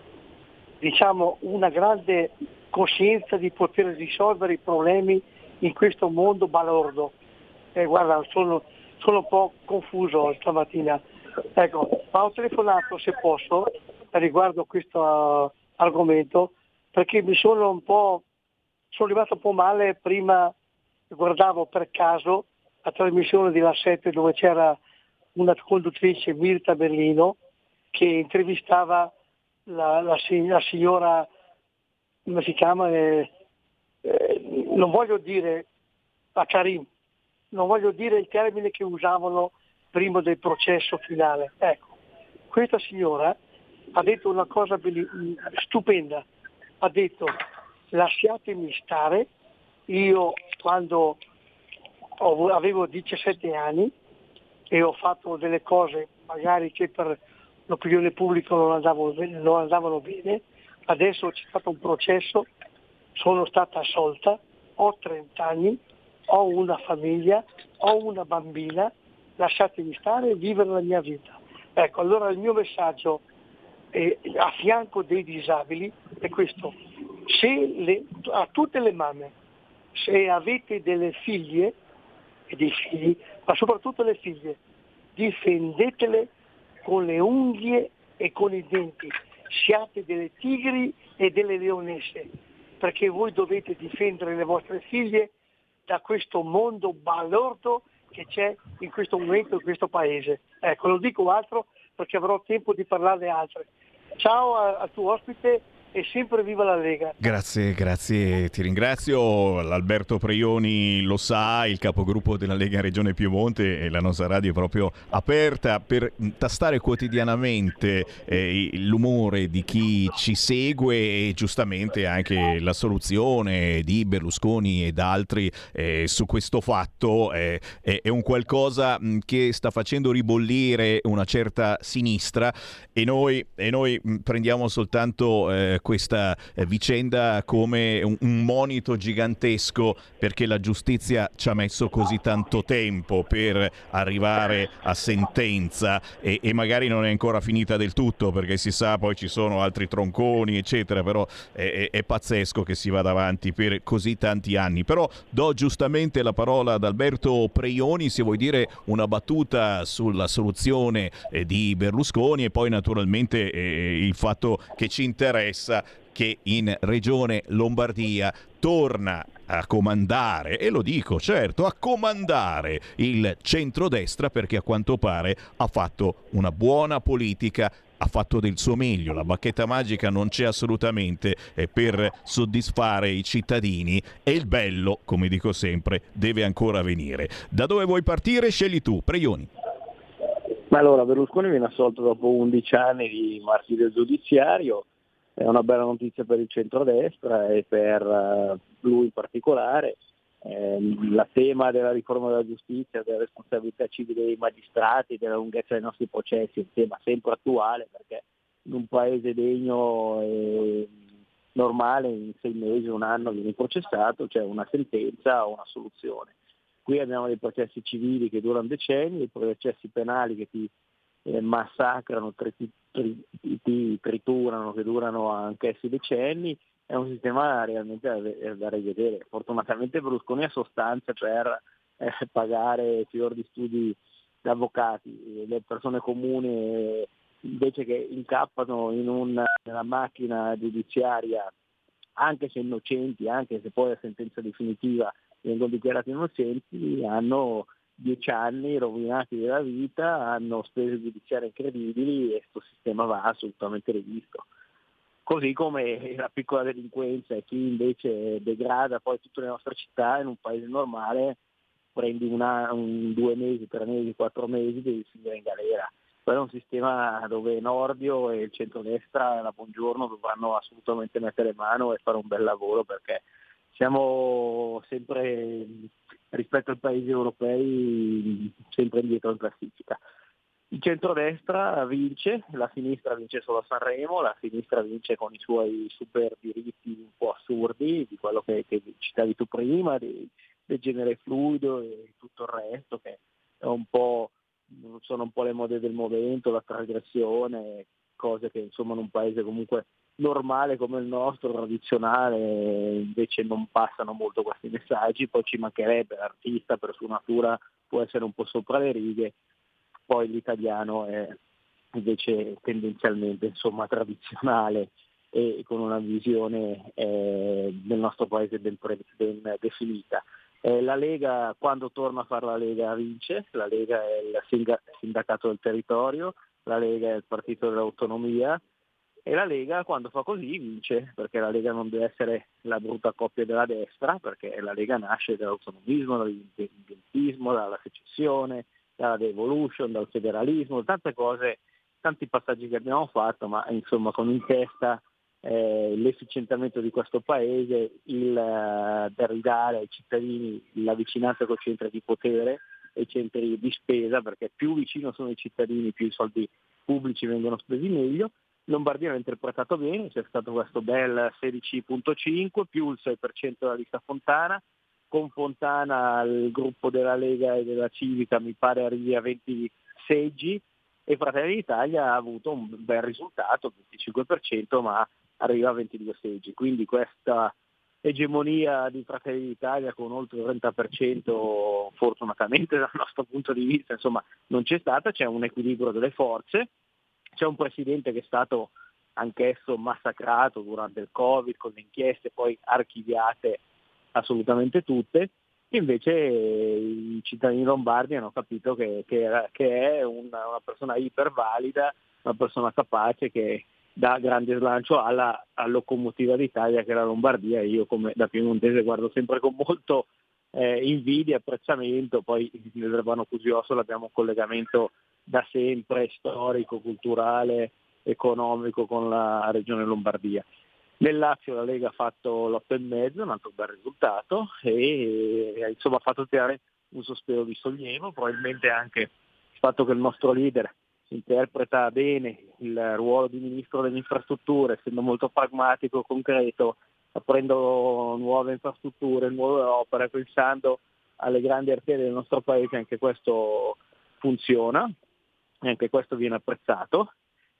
diciamo, una grande coscienza di poter risolvere i problemi in questo mondo balordo. Eh, guarda, sono, sono un po' confuso stamattina. Ecco, ma ho telefonato, se posso, riguardo questo uh, argomento, perché mi sono un po', sono arrivato un po' male. Prima guardavo per caso la trasmissione di La sette dove c'era una conduttrice, Mirta Berlino, che intervistava la, la, la signora, come si chiama, eh, eh, non voglio dire a Karim, non voglio dire il termine che usavano prima del processo finale. Ecco, questa signora ha detto una cosa stupenda, ha detto: lasciatemi stare, io quando ho, avevo diciassette anni e ho fatto delle cose magari che per l'opinione pubblica non andavano bene, non andavano bene. Adesso c'è stato un processo, sono stata assolta, ho trenta anni, ho una famiglia, ho una bambina, lasciatemi stare e vivere la mia vita. Ecco, allora il mio messaggio è, a fianco dei disabili è questo: se le, a tutte le mamme, se avete delle figlie e dei figli, ma soprattutto le figlie, difendetele con le unghie e con i denti, siate delle tigri e delle leonesse, perché voi dovete difendere le vostre figlie da questo mondo balordo che c'è in questo momento in questo paese. Ecco, non dico altro perché avrò tempo di parlarne altre. Ciao al tuo ospite e sempre viva la Lega. Grazie, grazie, ti ringrazio. L'Alberto Preioni lo sa, il capogruppo della Lega Regione Piemonte, e la nostra radio è proprio aperta per tastare quotidianamente eh, l'umore di chi ci segue e giustamente anche la soluzione di Berlusconi ed altri eh, su questo fatto eh, è, è un qualcosa che sta facendo ribollire una certa sinistra e noi, e noi prendiamo soltanto eh, questa vicenda come un, un monito gigantesco, perché la giustizia ci ha messo così tanto tempo per arrivare a sentenza e, e magari non è ancora finita del tutto, perché si sa poi ci sono altri tronconi eccetera, però è, è, è pazzesco che si vada avanti per così tanti anni. Però do giustamente la parola ad Alberto Preioni, se vuoi dire una battuta sulla soluzione eh, di Berlusconi e poi naturalmente eh, il fatto che ci interessa che in Regione Lombardia torna a comandare, e lo dico certo, a comandare il centrodestra, perché a quanto pare ha fatto una buona politica, ha fatto del suo meglio. La bacchetta magica non c'è assolutamente eh, per soddisfare i cittadini e il bello, come dico sempre, deve ancora venire. Da dove vuoi partire? Scegli tu, Preioni. Ma allora, Berlusconi viene assolto dopo undici anni di martirio giudiziario. È una bella notizia per il centrodestra e per uh, lui in particolare. Eh, il tema della riforma della giustizia, della responsabilità civile dei magistrati, della lunghezza dei nostri processi è un tema sempre attuale, perché in un paese degno e normale in sei mesi, un anno vieni processato, c'è una sentenza o una soluzione. Qui abbiamo dei processi civili che durano decenni, dei processi penali che ti eh, massacrano, tri, tri, ti triturano, che durano anch'essi decenni. È un sistema realmente da, da rivedere. Fortunatamente Berlusconi ha sostanza per eh, pagare fior di studi da avvocati, le persone comuni eh, invece che incappano in una, una macchina giudiziaria, anche se innocenti, anche se poi a sentenza definitiva vengono dichiarati innocenti, hanno dieci anni rovinati della vita, hanno spese giudiziarie incredibili e questo sistema va assolutamente rivisto. Così come la piccola delinquenza e chi invece degrada poi tutte le nostre città, in un paese normale prendi una, un, due mesi, tre mesi, quattro mesi, devi finire in galera. Quello è un sistema dove Nordio e il centrodestra e la Buongiorno dovranno assolutamente mettere mano e fare un bel lavoro, perché siamo sempre, rispetto ai paesi europei, sempre indietro in classifica. Il centrodestra vince, la sinistra vince solo a Sanremo, la sinistra vince con i suoi super diritti un po' assurdi, di quello che, che citavi tu prima, di, del genere fluido e tutto il resto, che è un po', sono un po' le mode del momento, la trasgressione, cose che insomma in un paese comunque normale come il nostro, tradizionale, invece non passano molto questi messaggi. Poi ci mancherebbe, l'artista per sua natura può essere un po' sopra le righe, poi l'italiano è invece tendenzialmente insomma tradizionale e con una visione eh, del nostro paese ben, pre- ben definita. Eh, la Lega, quando torna a fare la Lega, vince. La Lega è il sindac- sindacato del territorio, la Lega è il partito dell'autonomia, e la Lega quando fa così vince, perché la Lega non deve essere la brutta coppia della destra, perché la Lega nasce dall'autonomismo, dall'indipendentismo, dalla secessione, dalla devolution, dal federalismo, tante cose, tanti passaggi che abbiamo fatto, ma insomma con in testa eh, l'efficientamento di questo paese, il eh, per ridare ai cittadini la vicinanza con i centri di potere e i centri di spesa, perché più vicino sono i cittadini più i soldi pubblici vengono spesi meglio. Lombardia l'ha interpretato bene, c'è stato questo bel sedici virgola cinque più il sei per cento della lista Fontana. Con Fontana il gruppo della Lega e della Civica mi pare arrivi a venti seggi e Fratelli d'Italia ha avuto un bel risultato, venticinque per cento, ma arriva a ventidue seggi. Quindi questa egemonia di Fratelli d'Italia con oltre il trenta per cento fortunatamente dal nostro punto di vista insomma non c'è stata, c'è un equilibrio delle forze, c'è un presidente che è stato anch'esso massacrato durante il Covid con le inchieste poi archiviate assolutamente tutte, invece i cittadini lombardi hanno capito che, che, che è una, una persona ipervalida, una persona capace che dà grande slancio alla, alla locomotiva d'Italia che è la Lombardia, e io come da piemontese guardo sempre con molto eh, invidia e apprezzamento. Poi nel Verbano Cusioso abbiamo un collegamento da sempre storico, culturale, economico con la regione Lombardia. Nel Lazio la Lega ha fatto l'otto e mezzo, un altro bel risultato, e, e insomma ha fatto tirare un sospiro di sollievo, probabilmente anche il fatto che il nostro leader interpreta bene il ruolo di ministro delle infrastrutture, essendo molto pragmatico e concreto, aprendo nuove infrastrutture, nuove opere, pensando alle grandi arterie del nostro paese. Anche questo funziona, e anche questo viene apprezzato,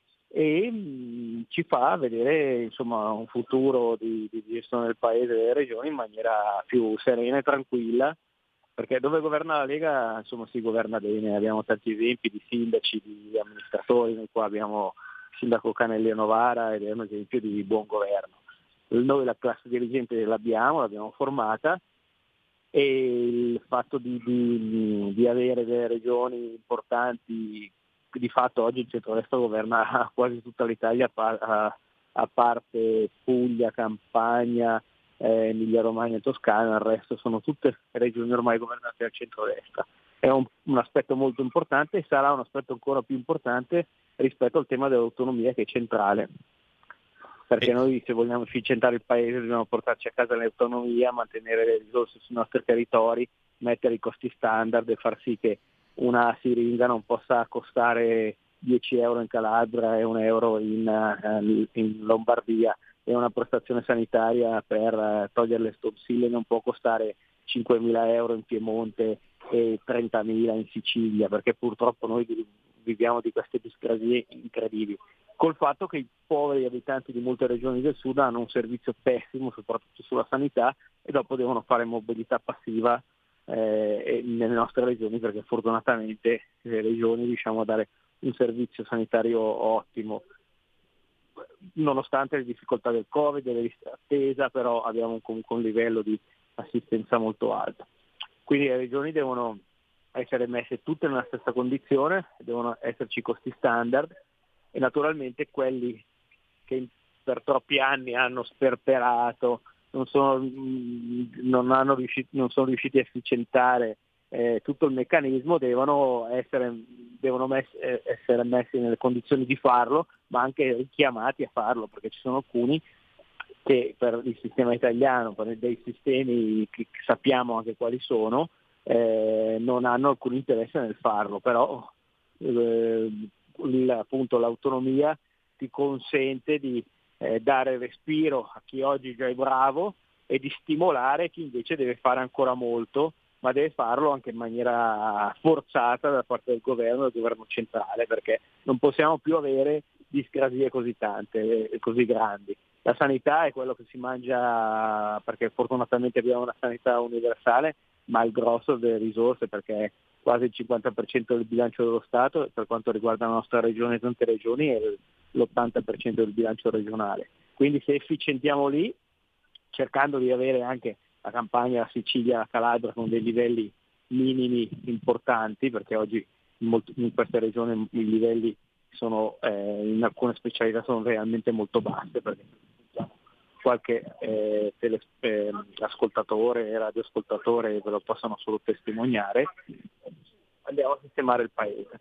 e mh, ci fa vedere insomma un futuro di, di gestione del paese e delle regioni in maniera più serena e tranquilla, perché dove governa la Lega insomma si governa bene. Abbiamo tanti esempi di sindaci, di amministratori, noi qua abbiamo il sindaco Canelli a Novara ed è un esempio di buon governo. Noi la classe dirigente l'abbiamo, l'abbiamo formata, e il fatto di, di, di avere delle regioni importanti, di fatto oggi il centrodestra governa quasi tutta l'Italia a, a parte Puglia, Campania, eh, Emilia Romagna e Toscana, il resto sono tutte regioni ormai governate dal centrodestra. È un, un aspetto molto importante e sarà un aspetto ancora più importante rispetto al tema dell'autonomia, che è centrale, perché e... noi se vogliamo efficientare il paese dobbiamo portarci a casa l'autonomia, mantenere le risorse sui nostri territori, mettere i costi standard e far sì che una siringa non possa costare dieci euro in Calabria e un euro in, uh, in Lombardia, e una prestazione sanitaria per uh, togliere le tonsille non può costare cinquemila euro in Piemonte e trentamila in Sicilia, perché purtroppo noi viviamo di queste discrasie incredibili, col fatto che i poveri abitanti di molte regioni del sud hanno un servizio pessimo, soprattutto sulla sanità, e dopo devono fare mobilità passiva eh, nelle nostre regioni, perché fortunatamente le regioni riusciamo a dare un servizio sanitario ottimo, nonostante le difficoltà del Covid e le liste d'attesa, però abbiamo comunque un livello di assistenza molto alto. Quindi le regioni devono essere messe tutte nella stessa condizione, devono esserci costi standard, e naturalmente quelli che per troppi anni hanno sperperato, non sono, non hanno riusciti, non sono riusciti a efficientare eh, tutto il meccanismo, devono essere, devono mess- essere messi nelle condizioni di farlo, ma anche richiamati a farlo, perché ci sono alcuni che per il sistema italiano, per dei sistemi che sappiamo anche quali sono, eh, non hanno alcun interesse nel farlo, però eh, il, appunto l'autonomia ti consente di eh, dare respiro a chi oggi già è bravo e di stimolare chi invece deve fare ancora molto, ma deve farlo anche in maniera forzata da parte del governo, del governo centrale, perché non possiamo più avere discrasie così tante e così grandi. La sanità è quello che si mangia, perché fortunatamente abbiamo una sanità universale, ma il grosso delle risorse, perché quasi il cinquanta per cento del bilancio dello Stato, per quanto riguarda la nostra regione e tante regioni, è l'ottanta per cento del bilancio regionale. Quindi se efficientiamo lì, cercando di avere anche la Campania, la Sicilia, la Calabria con dei livelli minimi importanti, perché oggi in, molto, in queste regioni i livelli sono eh, in alcune specialità sono realmente molto basse, perché qualche eh, tele, eh, ascoltatore e radioascoltatore ve lo possono solo testimoniare, andiamo a sistemare il paese.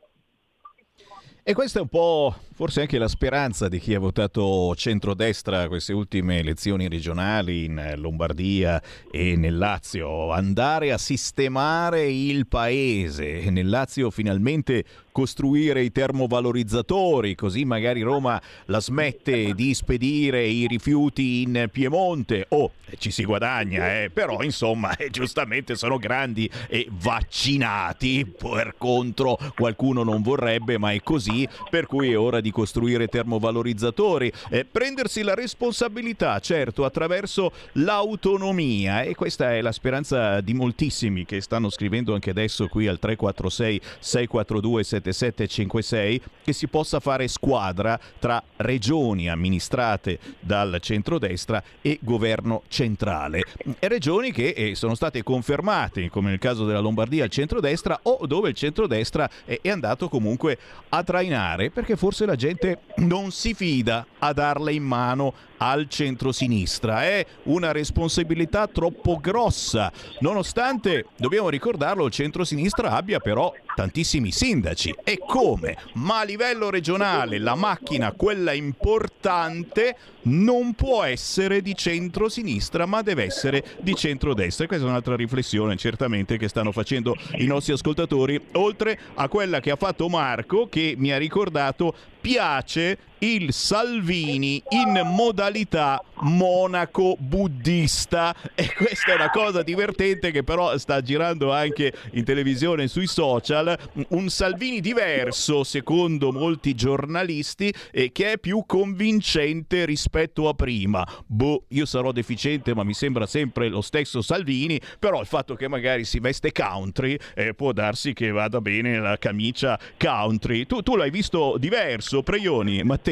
E questa è un po' forse anche la speranza di chi ha votato centrodestra queste ultime elezioni regionali in Lombardia e nel Lazio, andare a sistemare il paese. Nel Lazio finalmente costruire i termovalorizzatori, così magari Roma la smette di spedire i rifiuti in Piemonte. Oh, ci si guadagna, eh, però insomma eh, giustamente sono grandi e vaccinati, per contro qualcuno non vorrebbe, ma è così, per cui è ora di costruire termovalorizzatori, eh, prendersi la responsabilità, certo, attraverso l'autonomia, e questa è la speranza di moltissimi che stanno scrivendo anche adesso qui al tre quattro sei sei quattro due sette sette cinque sei, che si possa fare squadra tra regioni amministrate dal centrodestra e governo centrale, e regioni che eh, sono state confermate, come nel caso della Lombardia, al centrodestra, o dove il centrodestra è, è andato comunque a trainare, perché forse la gente non si fida a darle in mano al centrosinistra. È una responsabilità troppo grossa, nonostante, dobbiamo ricordarlo, il centrosinistra abbia però tantissimi sindaci. E come? Ma a livello regionale la macchina, quella importante, non può essere di centrosinistra, ma deve essere di centrodestra. E questa è un'altra riflessione certamente che stanno facendo i nostri ascoltatori, oltre a quella che ha fatto Marco, che mi ha ricordato: piace il Salvini in modalità monaco buddista. E questa è una cosa divertente che però sta girando anche in televisione e sui social. Un Salvini diverso, secondo molti giornalisti, e che è più convincente rispetto a prima. Boh, io sarò deficiente, ma mi sembra sempre lo stesso Salvini, però il fatto che magari si veste country eh, può darsi che vada bene la camicia country. Tu, tu l'hai visto diverso, Preioni, Matteo?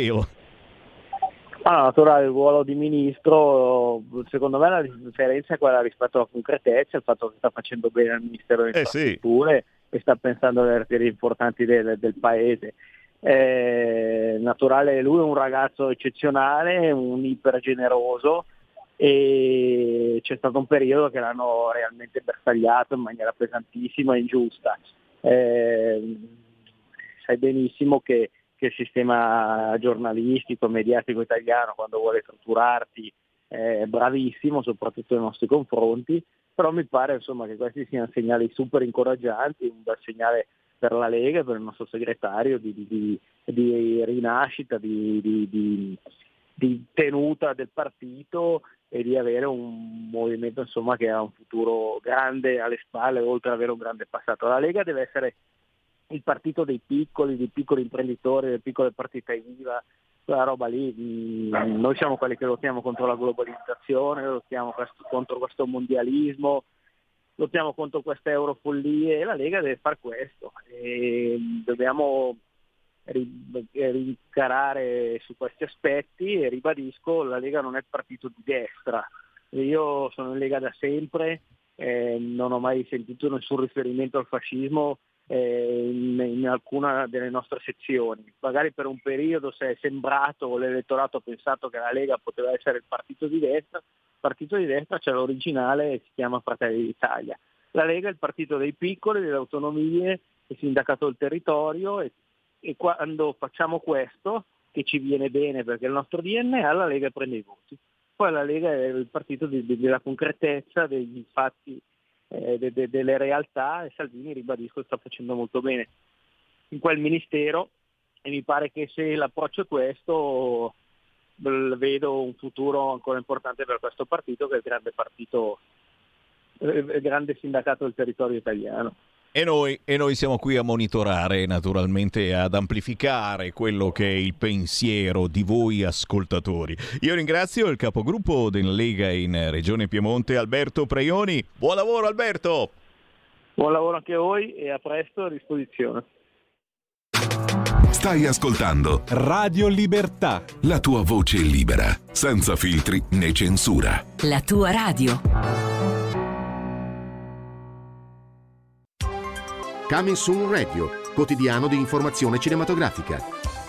Ah, naturale, il ruolo di ministro, secondo me la differenza è quella rispetto alla concretezza, il fatto che sta facendo bene al Ministero delle Infrastrutture eh sì. e sta pensando alle arterie importanti del, del paese. È naturale, lui è un ragazzo eccezionale, un ipergeneroso, e c'è stato un periodo che l'hanno realmente bersagliato in maniera pesantissima e ingiusta. Eh, sai benissimo che che il sistema giornalistico, mediatico italiano, quando vuole torturarti, è bravissimo, soprattutto nei nostri confronti, però mi pare insomma che questi siano segnali super incoraggianti, un bel segnale per la Lega, per il nostro segretario, di, di, di, di rinascita, di, di, di, di tenuta del partito e di avere un movimento insomma che ha un futuro grande alle spalle, oltre ad avere un grande passato. La Lega deve essere il partito dei piccoli, dei piccoli imprenditori, delle piccole partite I V A, quella roba lì. Noi siamo quelli che lottiamo contro la globalizzazione, lottiamo contro questo mondialismo, lottiamo contro queste eurofollie, e la Lega deve fare questo. E dobbiamo rincarare su questi aspetti, e ribadisco, la Lega non è partito di destra. Io sono in Lega da sempre, eh, non ho mai sentito nessun riferimento al fascismo eh, in, in alcuna delle nostre sezioni. Magari per un periodo, se è sembrato, o l'elettorato ha pensato che la Lega poteva essere il partito di destra, il partito di destra c'è l'originale, si chiama Fratelli d'Italia. La Lega è il partito dei piccoli, delle autonomie, il sindacato del territorio, e, e quando facciamo questo, che ci viene bene perché è il nostro D N A, la Lega prende i voti. Poi la Lega è il partito di, di, della concretezza, degli fatti, eh, de, de, delle realtà, e Salvini, ribadisco, sta facendo molto bene in quel ministero, e mi pare che se l'approccio è questo, vedo un futuro ancora importante per questo partito, che è il grande partito, il grande sindacato del territorio italiano. E noi, e noi siamo qui a monitorare, naturalmente ad amplificare quello che è il pensiero di voi ascoltatori. Io ringrazio il capogruppo della Lega in Regione Piemonte, Alberto Preioni. Buon lavoro Alberto! Buon lavoro anche a voi e a presto, a disposizione. Stai ascoltando Radio Libertà, la tua voce libera, senza filtri né censura. La tua radio. Coming Soon Radio, quotidiano di informazione cinematografica.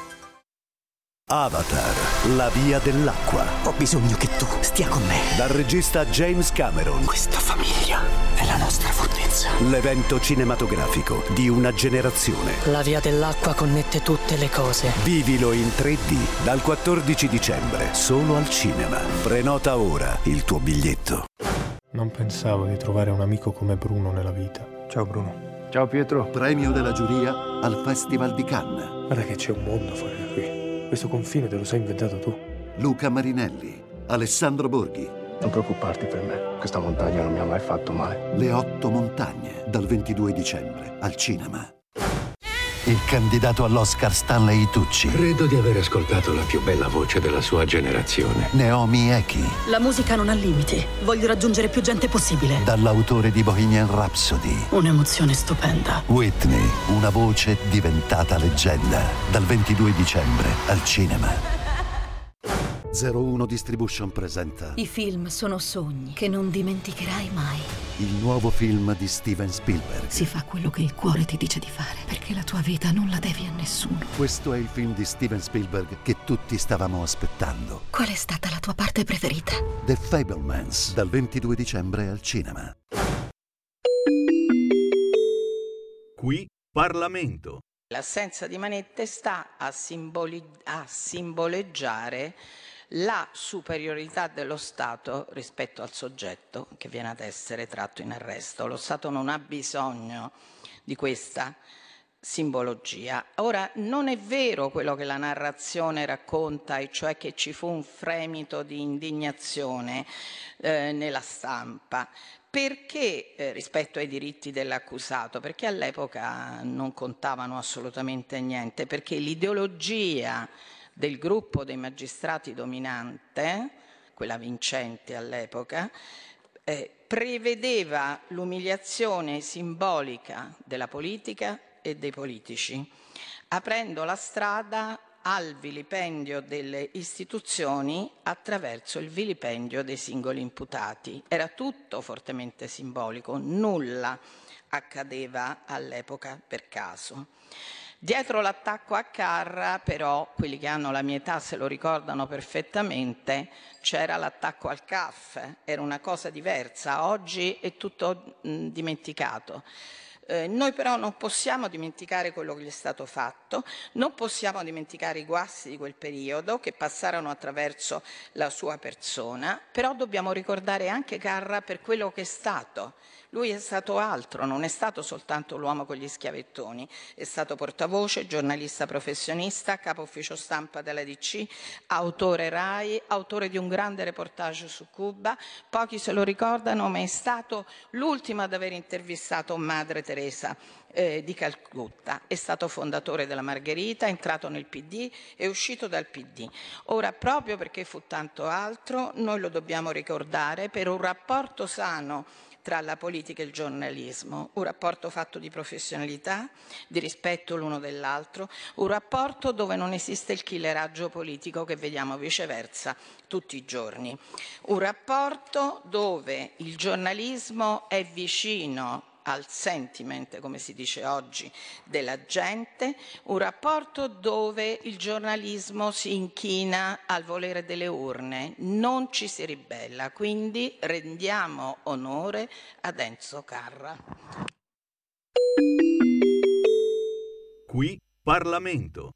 Avatar, la via dell'acqua. Ho bisogno che tu stia con me. Dal regista James Cameron. Questa famiglia è la nostra fortezza. L'evento cinematografico di una generazione. La via dell'acqua connette tutte le cose. Vivilo in tre D dal quattordici dicembre, solo al cinema. Prenota ora il tuo biglietto. Non pensavo di trovare un amico come Bruno nella vita. Ciao Bruno. Ciao Pietro. Premio della giuria al Festival di Cannes. Guarda che c'è un mondo fuori da qui. Questo confine te lo sei inventato tu. Luca Marinelli, Alessandro Borghi. Non preoccuparti per me, questa montagna non mi ha mai fatto male. Le otto montagne, dal ventidue dicembre, al cinema. Il candidato all'Oscar Stanley Tucci. Credo di aver ascoltato la più bella voce della sua generazione. Naomi Eki. La musica non ha limiti. Voglio raggiungere più gente possibile. Dall'autore di Bohemian Rhapsody. Un'emozione stupenda. Whitney, una voce diventata leggenda. Dal ventidue dicembre al cinema. zero uno Distribution presenta I film sono sogni che non dimenticherai mai. il nuovo film di Steven Spielberg. Si fa quello che il cuore ti dice di fare, perché la tua vita non la devi a nessuno. Questo è il film di Steven Spielberg che tutti stavamo aspettando. Qual è stata la tua parte preferita? The Fabelmans, dal ventidue dicembre al cinema. Qui Parlamento. L'assenza di manette sta a, simboli- a simboleggiare la superiorità dello Stato rispetto al soggetto che viene ad essere tratto in arresto. Lo Stato non ha bisogno di questa simbologia. Ora, non è vero quello che la narrazione racconta, e cioè che ci fu un fremito di indignazione eh, nella stampa. Perché eh, rispetto ai diritti dell'accusato? Perché all'epoca non contavano assolutamente niente, perché l'ideologia del gruppo dei magistrati dominante, quella vincente all'epoca, eh, prevedeva l'umiliazione simbolica della politica e dei politici, aprendo la strada al vilipendio delle istituzioni attraverso il vilipendio dei singoli imputati. Era tutto fortemente simbolico, nulla accadeva all'epoca per caso. Dietro l'attacco a Carra, però, quelli che hanno la mia età se lo ricordano perfettamente, c'era l'attacco al C A F, era una cosa diversa, oggi è tutto mh, dimenticato. Eh, noi però non possiamo dimenticare quello che gli è stato fatto, non possiamo dimenticare i guasti di quel periodo che passarono attraverso la sua persona, però dobbiamo ricordare anche Carra per quello che è stato, Lui è stato altro, non è stato soltanto l'uomo con gli schiavettoni, è stato portavoce, giornalista professionista, capo ufficio stampa della D C, autore RAI, autore di un grande reportage su Cuba. Pochi se lo ricordano, ma è stato l'ultimo ad aver intervistato Madre Teresa eh, di Calcutta. È stato fondatore della Margherita, è entrato nel P D e uscito dal P D. Ora, proprio perché fu tanto altro, noi lo dobbiamo ricordare per un rapporto sano tra la politica e il giornalismo, un rapporto fatto di professionalità, di rispetto l'uno dell'altro, un rapporto dove non esiste il killeraggio politico che vediamo viceversa tutti i giorni, un rapporto dove il giornalismo è vicino al sentiment, come si dice oggi, della gente, un rapporto dove il giornalismo si inchina al volere delle urne, non ci si ribella, quindi rendiamo onore ad Enzo Carra. Qui Parlamento.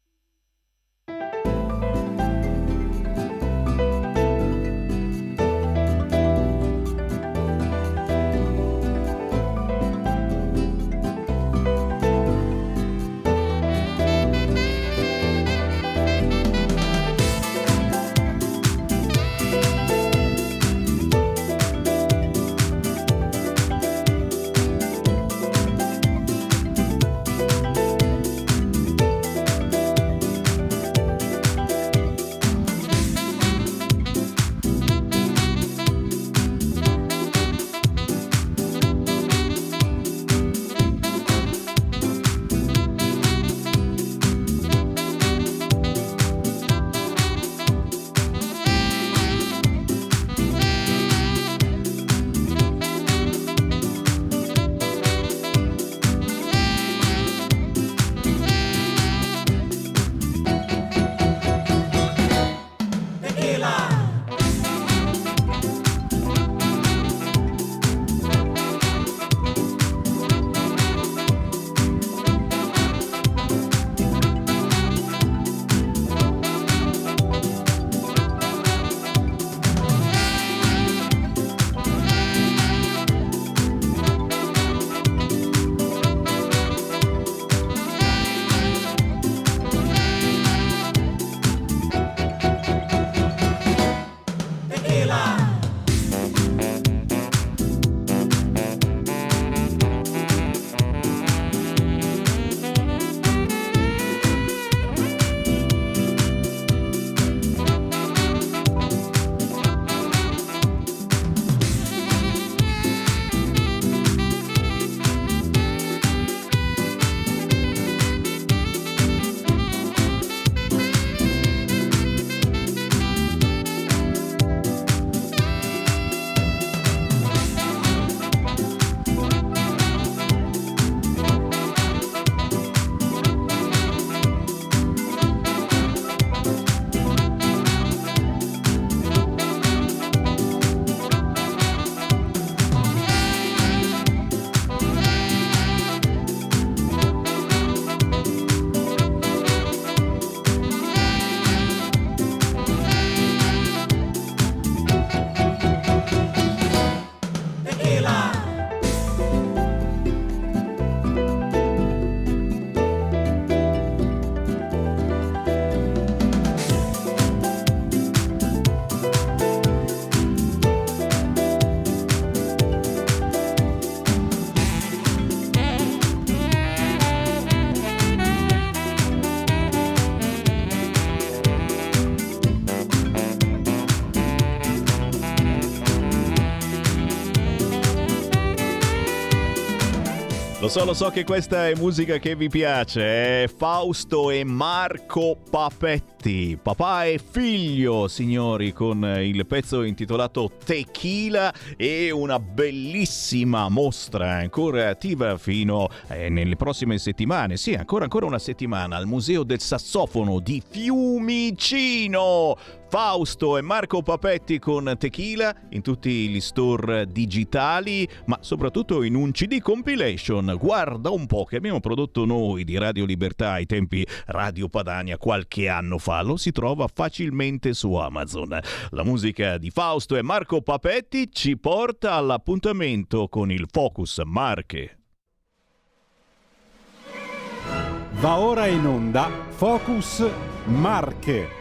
Lo so, lo so che questa è musica che vi piace, è Fausto e Marco Papetti, papà e figlio, signori, con il pezzo intitolato Tequila e una bellissima mostra ancora attiva fino eh, nelle prossime settimane, sì, ancora ancora una settimana al Museo del Sassofono di Fiumicino. Fausto e Marco Papetti con Tequila in tutti gli store digitali, ma soprattutto in un C D compilation. Guarda un po' che abbiamo prodotto noi di Radio Libertà ai tempi Radio Padania qualche anno fa, lo si trova facilmente su Amazon. La musica di Fausto e Marco Papetti ci porta all'appuntamento con il Focus Marche. Va ora in onda Focus Marche.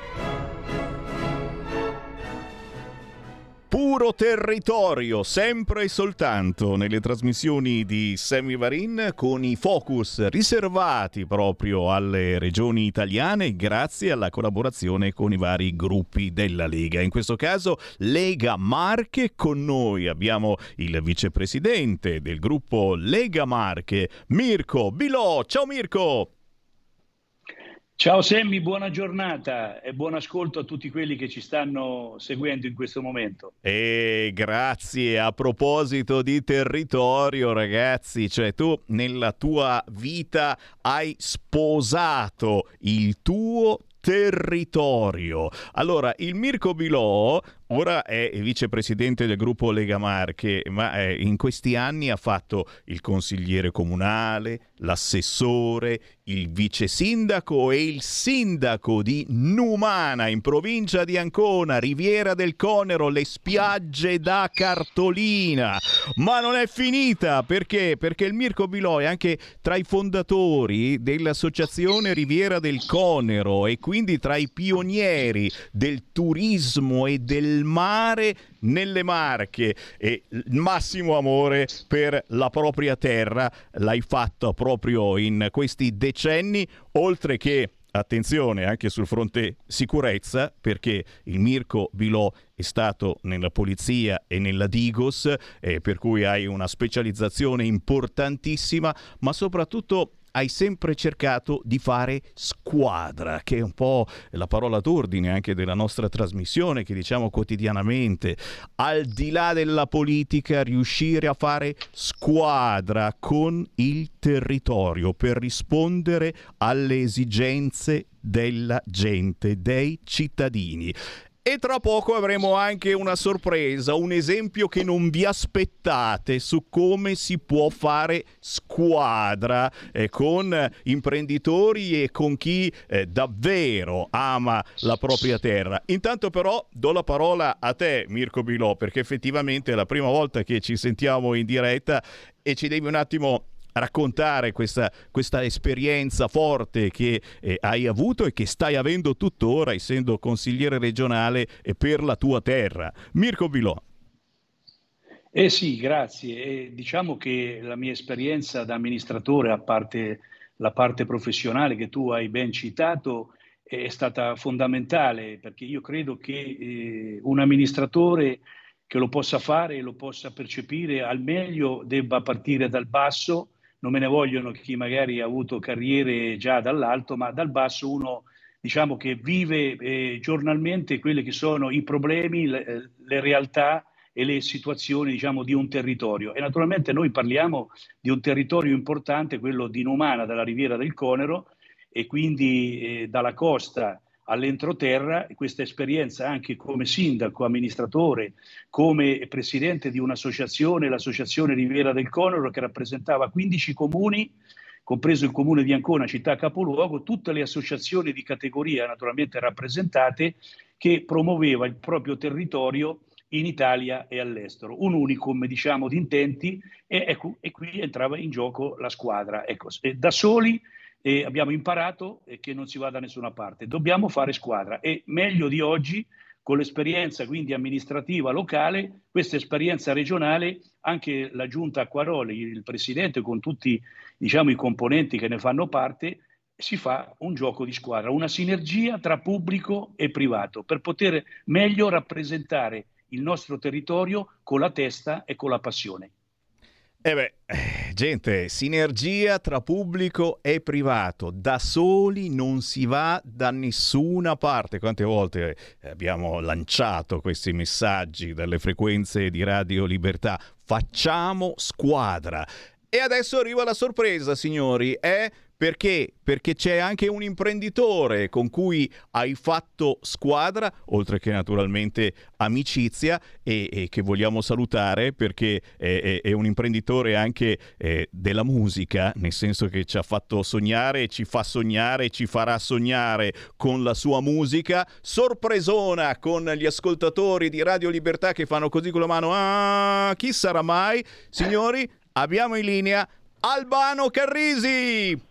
Puro territorio, sempre e soltanto nelle trasmissioni di Sammy Varin, con i focus riservati proprio alle regioni italiane grazie alla collaborazione con i vari gruppi della Lega. In questo caso Lega Marche. Con noi abbiamo il vicepresidente del gruppo Lega Marche, Mirko Bilò. Ciao Mirko! Ciao Sammy, buona giornata e buon ascolto a tutti quelli che ci stanno seguendo in questo momento. E grazie. A proposito di territorio, ragazzi, cioè tu nella tua vita hai sposato il tuo territorio. Allora, il Mirko Bilò ora è vicepresidente del gruppo Lega Marche, ma eh, in questi anni ha fatto il consigliere comunale, l'assessore, il vice sindaco e il sindaco di Numana in provincia di Ancona, Riviera del Conero, le spiagge da cartolina. Ma non è finita, perché? Perché il Mirko Bilò è anche tra i fondatori dell'associazione Riviera del Conero e quindi tra i pionieri del turismo e del mare nelle Marche, e il massimo amore per la propria terra l'hai fatto proprio in questi decenni, oltre che, attenzione, anche sul fronte sicurezza, perché il Mirko Bilò è stato nella polizia e nella Digos, eh, per cui hai una specializzazione importantissima, ma soprattutto hai sempre cercato di fare squadra, che è un po' la parola d'ordine anche della nostra trasmissione, che diciamo quotidianamente. Al di là della politica, riuscire a fare squadra con il territorio per rispondere alle esigenze della gente, dei cittadini. E tra poco avremo anche una sorpresa, un esempio che non vi aspettate su come si può fare squadra eh, con imprenditori e con chi eh, davvero ama la propria terra. Intanto però do la parola a te, Mirko Bilò, perché effettivamente è la prima volta che ci sentiamo in diretta e ci devi un attimo raccontare questa, questa esperienza forte che eh, hai avuto e che stai avendo tuttora, essendo consigliere regionale e per la tua terra. Mirko Bilò. Eh sì, grazie. E diciamo che la mia esperienza da amministratore, a parte la parte professionale che tu hai ben citato, è stata fondamentale, perché io credo che eh, un amministratore che lo possa fare e lo possa percepire al meglio debba partire dal basso. Non me ne vogliono chi magari ha avuto carriere già dall'alto, ma dal basso uno, diciamo, che vive eh, giornalmente quelli che sono i problemi, le, le realtà e le situazioni, diciamo, di un territorio. E naturalmente noi parliamo di un territorio importante, quello di Numana, dalla Riviera del Conero, e quindi eh, dalla costa all'entroterra. Questa esperienza anche come sindaco, amministratore, come presidente di un'associazione, l'associazione Riviera del Conero, che rappresentava quindici comuni, compreso il comune di Ancona, città capoluogo, tutte le associazioni di categoria naturalmente rappresentate, che promuoveva il proprio territorio in Italia e all'estero. Un unicum, diciamo, di intenti, e, ecco, e qui entrava in gioco la squadra. Ecco, da soli E abbiamo imparato che non si va da nessuna parte, dobbiamo fare squadra, e meglio di oggi, con l'esperienza quindi amministrativa locale, questa esperienza regionale, anche la giunta Acquaroli, il presidente con tutti, diciamo, i componenti che ne fanno parte, si fa un gioco di squadra, una sinergia tra pubblico e privato per poter meglio rappresentare il nostro territorio con la testa e con la passione. Eh beh, gente, sinergia tra pubblico e privato. Da soli non si va da nessuna parte. Quante volte abbiamo lanciato questi messaggi dalle frequenze di Radio Libertà? Facciamo squadra. E adesso arriva la sorpresa, signori. È Perché? Perché c'è anche un imprenditore con cui hai fatto squadra, oltre che naturalmente amicizia, e, e che vogliamo salutare perché è, è, è un imprenditore anche eh, della musica, nel senso che ci ha fatto sognare, ci fa sognare, ci farà sognare con la sua musica. Sorpresona con gli ascoltatori di Radio Libertà che fanno così con la mano. Ah, chi sarà mai? Signori, abbiamo in linea Albano Carrisi.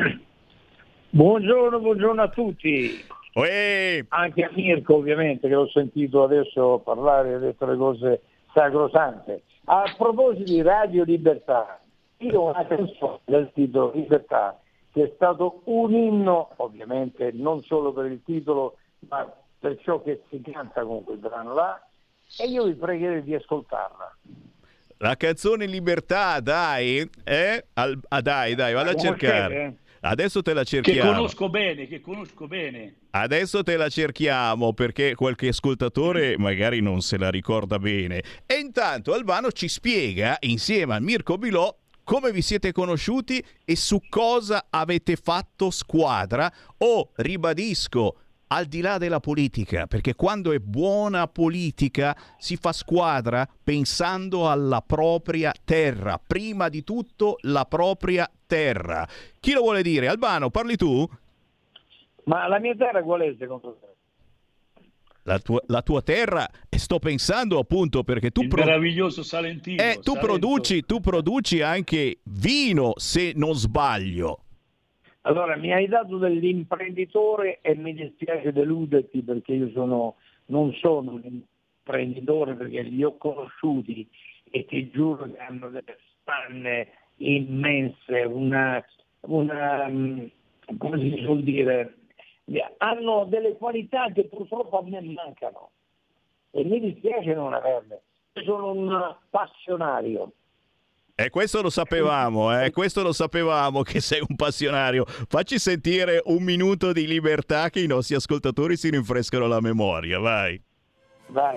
Buongiorno, buongiorno a tutti. Uè. Anche a Mirko ovviamente, che l'ho sentito adesso parlare, ha detto le cose sacrosante. A proposito di Radio Libertà, io ho una canzone del titolo Libertà, che è stato un inno, ovviamente non solo per il titolo, ma per ciò che si canta con quel brano là, e io vi pregherei di ascoltarla. La canzone Libertà, dai, eh? Al, ah, dai, dai, valla a cercare. Adesso te la cerchiamo. Che conosco bene, che conosco bene. Adesso te la cerchiamo perché qualche ascoltatore magari non se la ricorda bene. E intanto Albano ci spiega, insieme a Mirko Bilò, come vi siete conosciuti e su cosa avete fatto squadra. O, ribadisco, al di là della politica, perché quando è buona politica si fa squadra pensando alla propria terra, prima di tutto la propria terra. Chi lo vuole dire? Albano, parli tu? Ma la mia terra qual è secondo te? La tua, la tua terra, e sto pensando appunto perché tu... Il pro... meraviglioso Salentino. Eh, tu, Salento. produci, tu produci anche vino, se non sbaglio. Allora, mi hai dato dell'imprenditore e mi dispiace deluderti perché io sono, non sono un imprenditore, perché li ho conosciuti e ti giuro che hanno delle spanne immense, una, una come si suol dire, hanno delle qualità che purtroppo a me mancano e mi dispiace non averle. Io sono un passionario. E questo lo sapevamo, eh? questo lo sapevamo che sei un passionario. Facci sentire un minuto di Libertà che i nostri ascoltatori si rinfrescano la memoria, vai. Vai.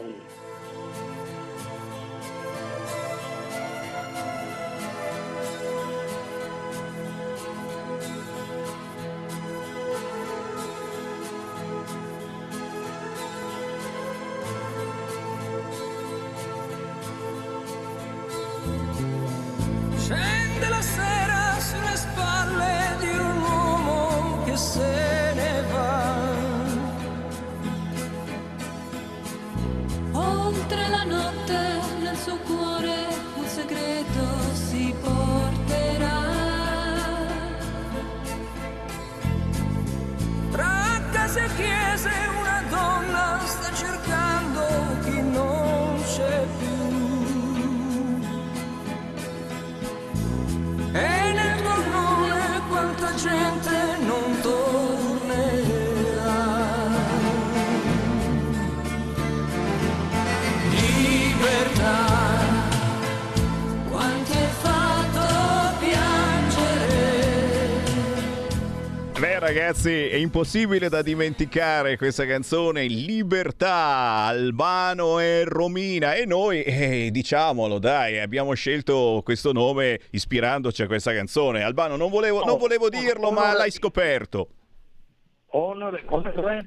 Scende la sera sulle spalle di un uomo che se ne va. Oltre la notte nel suo cuore un segreto si porterà. Tra case e chiese una donna sta cercando chi non c'è più. E nel tuo nome quanta gente non tornerà. Libertà, quanti hai fatto piangere. Beh ragazzi, è impossibile da dimenticare questa canzone Libertà, Albano e Romina, e noi eh, diciamolo dai, abbiamo scelto questo nome ispirandoci a questa canzone. Albano, non volevo, non volevo dirlo, ma l'hai scoperto. Onore, onore.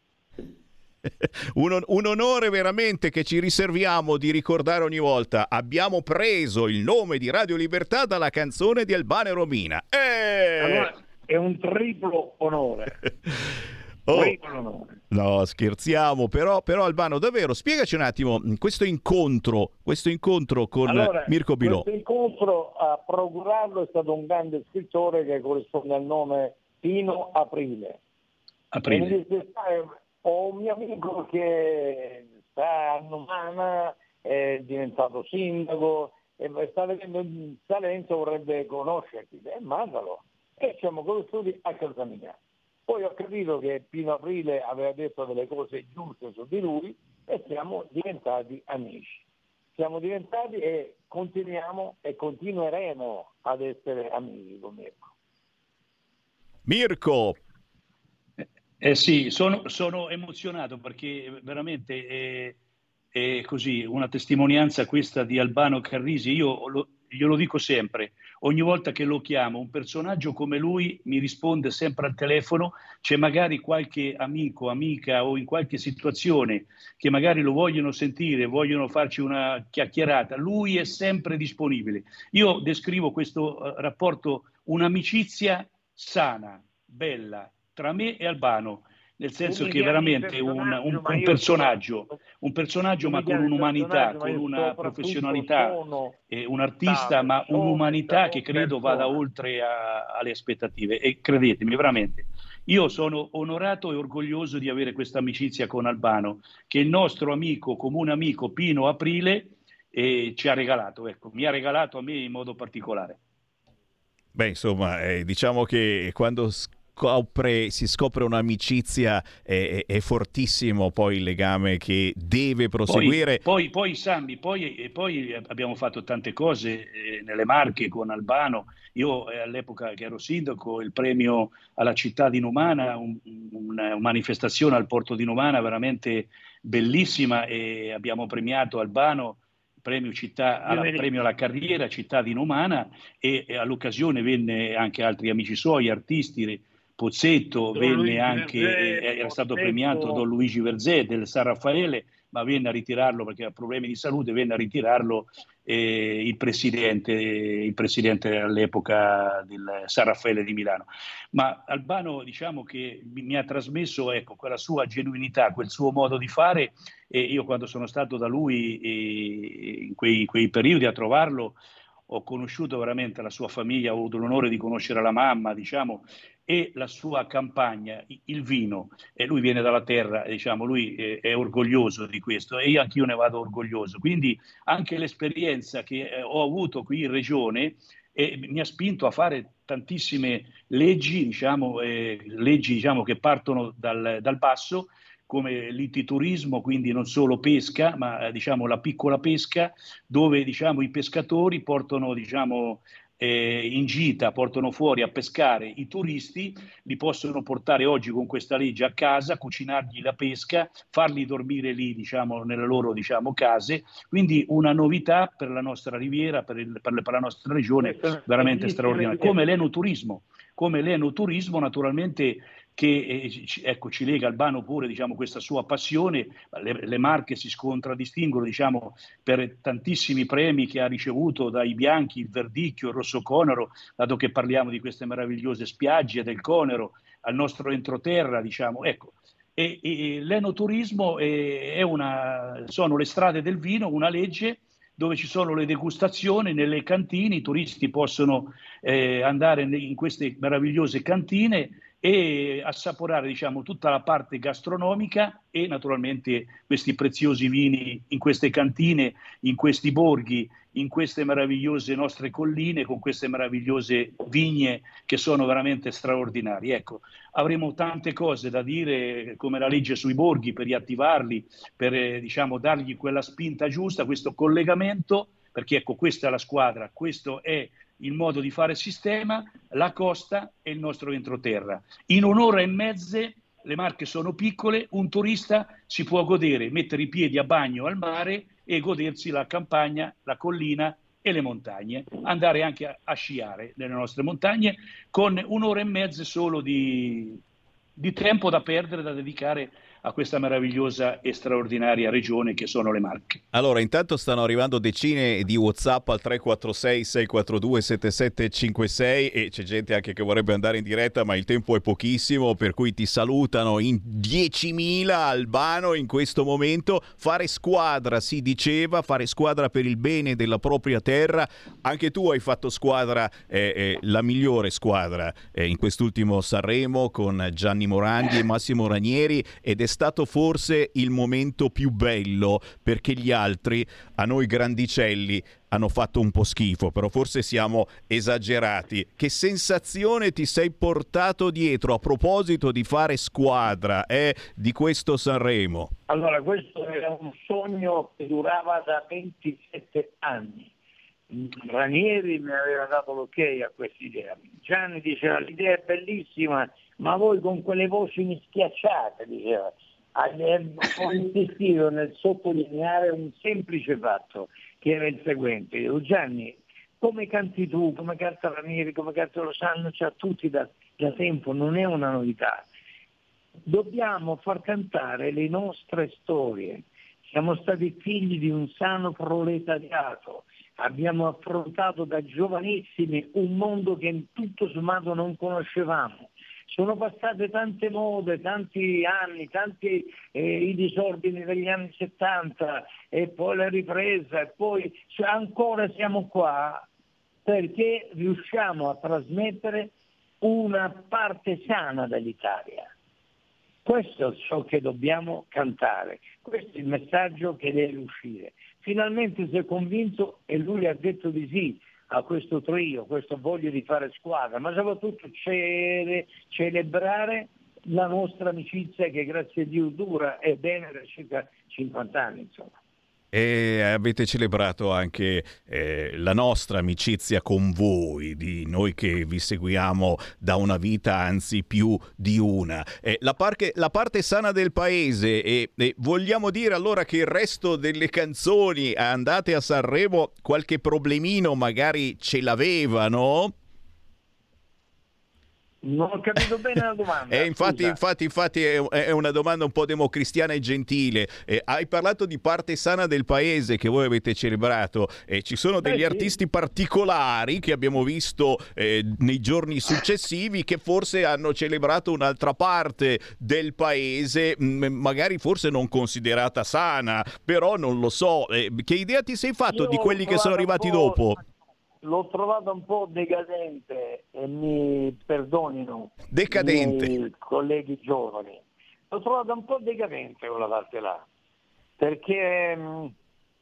Un, un onore veramente che ci riserviamo di ricordare ogni volta. Abbiamo preso il nome di Radio Libertà dalla canzone di Albano e Romina. Eh! Allora, è un triplo onore. Oh, triplo onore. no, scherziamo, però, però Albano, davvero, spiegaci un attimo questo incontro, questo incontro con Allora, Mirko Bilò. Questo incontro a procurarlo è stato un grande scrittore che corrisponde al nome Pino Aprile. Aprile. E mi dice, sai, ho un mio amico che sta a Numana, è diventato sindaco e sta venendo in Salento, vorrebbe conoscerti, e mandalo. E siamo conosciuti a casa mia. Poi ho capito che Pino Aprile aveva detto delle cose giuste su di lui e siamo diventati amici. Siamo diventati e continuiamo e continueremo ad essere amici con Mirko. Mirko! Eh sì, sono, sono emozionato perché veramente è, è così una testimonianza questa di Albano Carrisi. Io lo, glielo dico sempre, ogni volta che lo chiamo, un personaggio come lui mi risponde sempre al telefono, c'è magari qualche amico, amica o in qualche situazione che magari lo vogliono sentire, vogliono farci una chiacchierata, lui è sempre disponibile. Io descrivo questo uh, rapporto un'amicizia sana, bella, tra me e Albano, nel senso che veramente un, un, un personaggio, un personaggio ma con un'umanità, con una professionalità, eh, un artista, ma un'umanità che credo vada oltre a, alle aspettative. E credetemi, veramente, io sono onorato e orgoglioso di avere questa amicizia con Albano, che il nostro amico, comune amico Pino Aprile, eh, ci ha regalato, ecco, mi ha regalato a me in modo particolare. Beh, insomma, eh, diciamo che quando scopre, si scopre un'amicizia è, è, è fortissimo poi il legame che deve proseguire. Poi, poi, poi Sammy, poi, poi abbiamo fatto tante cose eh, nelle Marche con Albano. Io eh, all'epoca che ero sindaco, il premio alla città di Numana, un, un, una manifestazione al porto di Numana veramente bellissima, e abbiamo premiato Albano, premio, città, alla, premio alla carriera, città di Numana, e, e all'occasione venne anche altri amici suoi, artisti, Pozzetto, Don venne Luigi anche, Verzé, era Pozzetto. Stato premiato Don Luigi Verzé del San Raffaele, ma venne a ritirarlo perché ha problemi di salute, venne a ritirarlo eh, il presidente, il presidente all'epoca del San Raffaele di Milano. Ma Albano, diciamo che mi, mi ha trasmesso, ecco, quella sua genuinità, quel suo modo di fare, e io quando sono stato da lui eh, in quei, quei periodi a trovarlo, ho conosciuto veramente la sua famiglia, ho avuto l'onore di conoscere la mamma, diciamo, e la sua campagna, il vino, e lui viene dalla terra, diciamo, lui è, è orgoglioso di questo, e io anch'io ne vado orgoglioso. Quindi anche l'esperienza che eh, ho avuto qui in regione eh, mi ha spinto a fare tantissime leggi, diciamo, eh, leggi diciamo, che partono dal, dal basso, come l'ititurismo, quindi non solo pesca, ma eh, diciamo la piccola pesca, dove diciamo i pescatori portano, diciamo, eh, in gita, portano fuori a pescare i turisti, li possono portare oggi con questa legge a casa, cucinargli la pesca, farli dormire lì, diciamo, nelle loro, diciamo, case. Quindi una novità per la nostra riviera, per, il, per, le, per la nostra regione, veramente straordinaria. Come l'enoturismo, come l'enoturismo naturalmente, che eh, ecco, ci lega Albano pure, diciamo, questa sua passione. Le, le Marche si contraddistinguono, diciamo, per tantissimi premi che ha ricevuto dai bianchi, il Verdicchio, il Rosso Conero, dato che parliamo di queste meravigliose spiagge del Conero, al nostro entroterra, diciamo, ecco. E, e l'enoturismo è, è una, sono le strade del vino, una legge dove ci sono le degustazioni nelle cantine, i turisti possono eh, andare in queste meravigliose cantine e assaporare, diciamo, tutta la parte gastronomica e naturalmente questi preziosi vini in queste cantine, in questi borghi, in queste meravigliose nostre colline, con queste meravigliose vigne che sono veramente straordinarie. Ecco, avremo tante cose da dire, come la legge sui borghi, per riattivarli, per eh, diciamo, dargli quella spinta giusta, questo collegamento, perché ecco, questa è la squadra, questo è il modo di fare sistema, la costa e il nostro entroterra. In un'ora e mezza, le Marche sono piccole, un turista si può godere, mettere i piedi a bagno al mare e godersi la campagna, la collina e le montagne, andare anche a, a sciare nelle nostre montagne, con un'ora e mezza solo di, di tempo da perdere, da dedicare a questa meravigliosa e straordinaria regione che sono le Marche. Allora, intanto stanno arrivando decine di WhatsApp al tre quattro sei sei quattro due sette sette cinque sei e c'è gente anche che vorrebbe andare in diretta, ma il tempo è pochissimo, per cui ti salutano in diecimila. Albano, in questo momento fare squadra, si diceva, fare squadra per il bene della propria terra. Anche tu hai fatto squadra, eh, eh, la migliore squadra eh, in quest'ultimo Sanremo con Gianni Morandi e Massimo Ranieri, ed è stato forse il momento più bello, perché gli altri, a noi grandicelli, hanno fatto un po' schifo, però forse siamo esagerati. Che sensazione ti sei portato dietro a proposito di fare squadra eh, di questo Sanremo? Allora, questo era un sogno che durava da ventisette anni. Ranieri mi aveva dato l'ok a questa idea. Gianni diceva: l'idea è bellissima, ma voi con quelle voci mi schiacciate, diceva. Ho insistito nel sottolineare un semplice fatto, che era il seguente: Gianni, come canti tu, come canta Ranieri, come canta lo sanno già tutti da, da tempo, non è una novità. Dobbiamo far cantare le nostre storie. Siamo stati figli di un sano proletariato, abbiamo affrontato da giovanissimi un mondo che tutto sommato non conoscevamo. Sono passate tante mode, tanti anni, tanti eh, i disordini degli anni settanta e poi la ripresa e poi cioè, ancora siamo qua perché riusciamo a trasmettere una parte sana dell'Italia. Questo è ciò che dobbiamo cantare, questo è il messaggio che deve uscire. Finalmente si è convinto e lui ha detto di sì a questo trio, questa voglia di fare squadra, ma soprattutto cele- celebrare la nostra amicizia che grazie a Dio dura e bene da circa cinquanta anni, insomma. E avete celebrato anche eh, la nostra amicizia con voi, di noi che vi seguiamo da una vita, anzi più di una. Eh, la, parche, la parte sana del paese, e, e vogliamo dire allora che il resto delle canzoni andate a Sanremo qualche problemino magari ce l'avevano? Non ho capito bene la domanda. Eh, infatti, infatti, infatti è, è una domanda un po' democristiana e gentile. Eh, hai parlato di parte sana del paese che voi avete celebrato. Eh, ci sono degli Beh, artisti sì. particolari che abbiamo visto eh, nei giorni successivi che forse hanno celebrato un'altra parte del paese, mh, magari forse non considerata sana, però non lo so. Eh, che idea ti sei fatto Io di quelli che sono arrivati dopo? L'ho trovato un po' decadente e mi perdonino decadente. i miei colleghi giovani. L'ho trovato un po' decadente quella parte là, perché mh,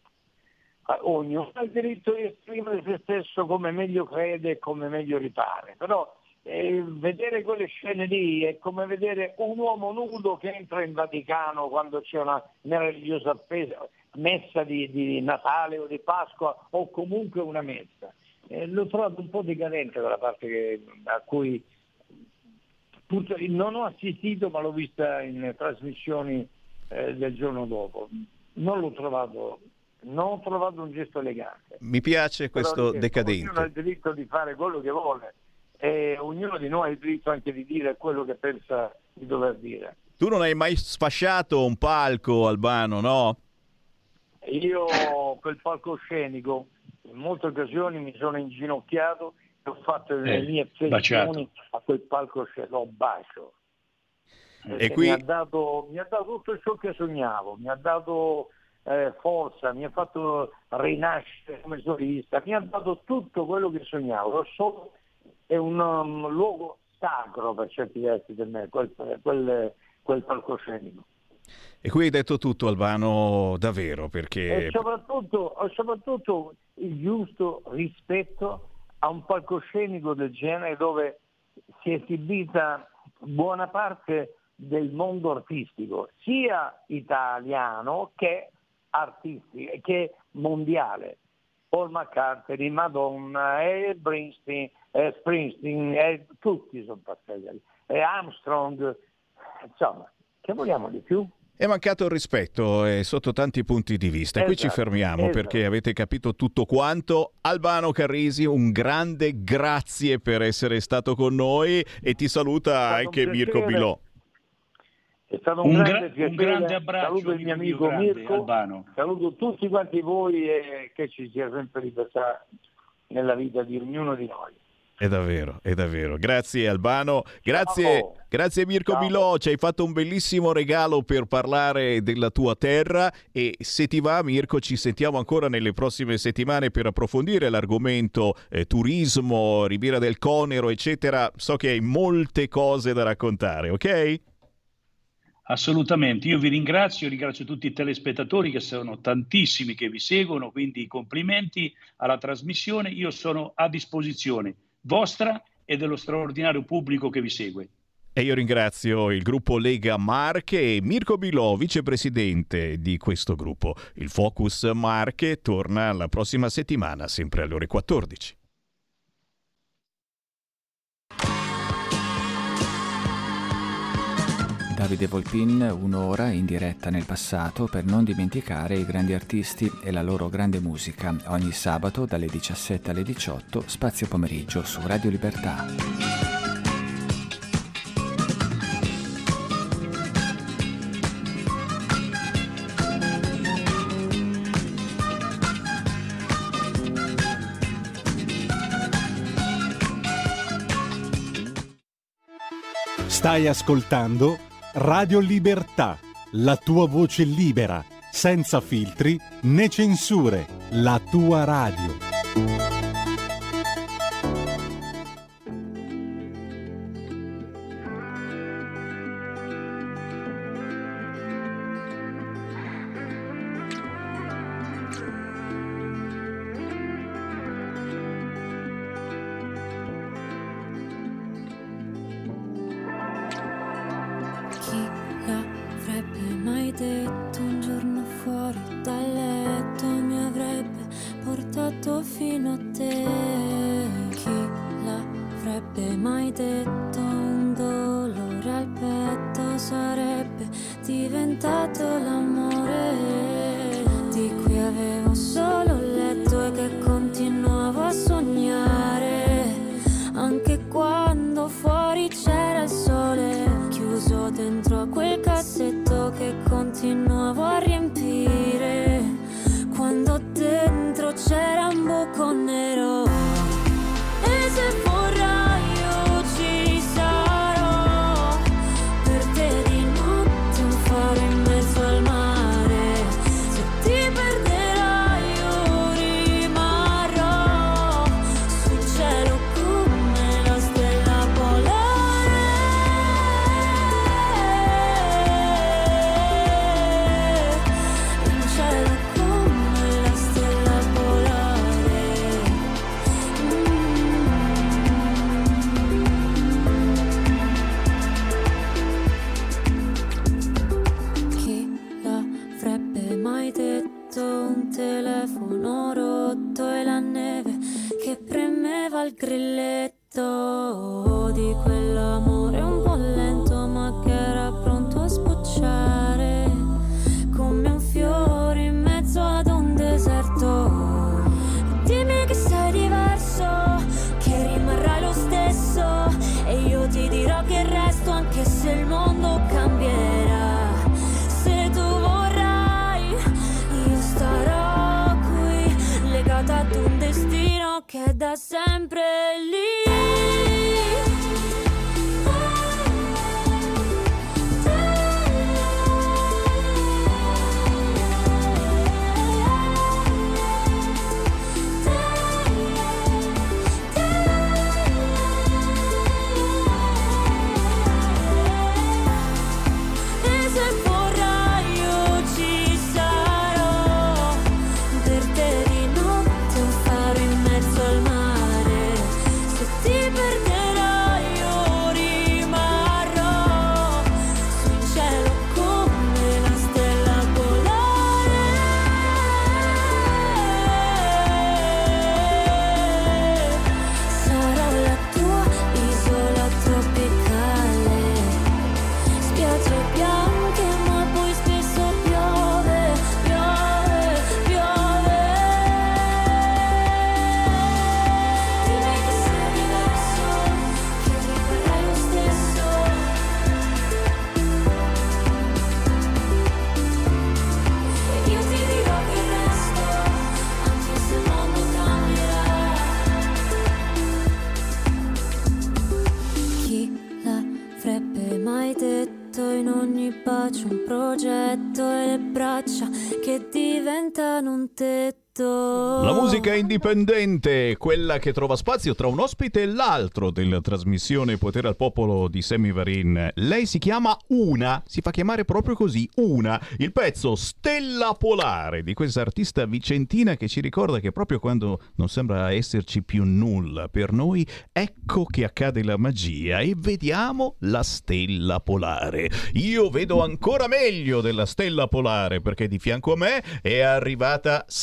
ognuno ha il diritto di esprimere se stesso come meglio crede e come meglio ripare, però eh, vedere quelle scene lì è come vedere un uomo nudo che entra in Vaticano quando c'è una meravigliosa messa di, di Natale o di Pasqua o comunque una messa. Eh, l'ho trovato un po' decadente dalla parte che, a cui purtroppo non ho assistito, ma l'ho vista in trasmissioni eh, del giorno dopo. Non l'ho trovato, non ho trovato un gesto elegante. Mi piace questo Però, decadente. Ognuno ha il diritto di fare quello che vuole e ognuno di noi ha il diritto anche di dire quello che pensa di dover dire. Tu non hai mai sfasciato un palco, Albano, no? Io quel palcoscenico in molte occasioni mi sono inginocchiato e ho fatto le eh, mie flessioni a quel palcoscenico, bacio. E qui... mi, ha dato, mi ha dato tutto ciò che sognavo, mi ha dato eh, forza, mi ha fatto rinascere come solista, mi ha dato tutto quello che sognavo. Solo è un um, luogo sacro per certi versi per me, quel, quel, quel palcoscenico. E qui hai detto tutto, Albano, davvero, perché... E soprattutto, soprattutto il giusto rispetto a un palcoscenico del genere dove si è esibita buona parte del mondo artistico, sia italiano che artistico, che mondiale. Paul McCartney, Madonna, e Springsteen, e Springsteen, e tutti sono passati, e Armstrong, insomma, che vogliamo di più? È mancato il rispetto eh, sotto tanti punti di vista. Esatto, qui ci fermiamo esatto. perché avete capito tutto quanto. Albano Carrisi, un grande grazie per essere stato con noi e ti saluta anche Mirko Bilò. È stato un, un grande piacere, un grande abbraccio. Saluto il mio amico grande, Mirko, Albano. Saluto tutti quanti voi e che ci sia sempre libertà nella vita di ognuno di noi. È davvero, è davvero. Grazie Albano, grazie, Ciao. grazie Mirko Ciao. Bilò, ci hai fatto un bellissimo regalo per parlare della tua terra e se ti va Mirko ci sentiamo ancora nelle prossime settimane per approfondire l'argomento eh, turismo, Riviera del Conero eccetera. So che hai molte cose da raccontare, ok? Assolutamente, io vi ringrazio, ringrazio tutti i telespettatori che sono tantissimi che vi seguono, quindi complimenti alla trasmissione, io sono a disposizione vostra e dello straordinario pubblico che vi segue. E io ringrazio il gruppo Lega Marche e Mirko Bilò, vicepresidente di questo gruppo. Il Focus Marche torna la prossima settimana, sempre alle ore quattordici. Davide Volpin, un'ora in diretta nel passato per non dimenticare i grandi artisti e la loro grande musica. Ogni sabato dalle diciassette alle diciotto, Spazio Pomeriggio su Radio Libertà. Stai ascoltando Radio Libertà, la tua voce libera, senza filtri né censure, la tua radio. La musica indipendente, quella che trova spazio tra un ospite e l'altro della trasmissione Potere al Popolo di Sammy Varin. Lei si chiama Una, si fa chiamare proprio così, Una, il pezzo Stella Polare di questa artista vicentina che ci ricorda che proprio quando non sembra esserci più nulla per noi, ecco che accade la magia e vediamo la stella polare. Io vedo ancora meglio della stella polare perché di fianco a me è arrivata Sara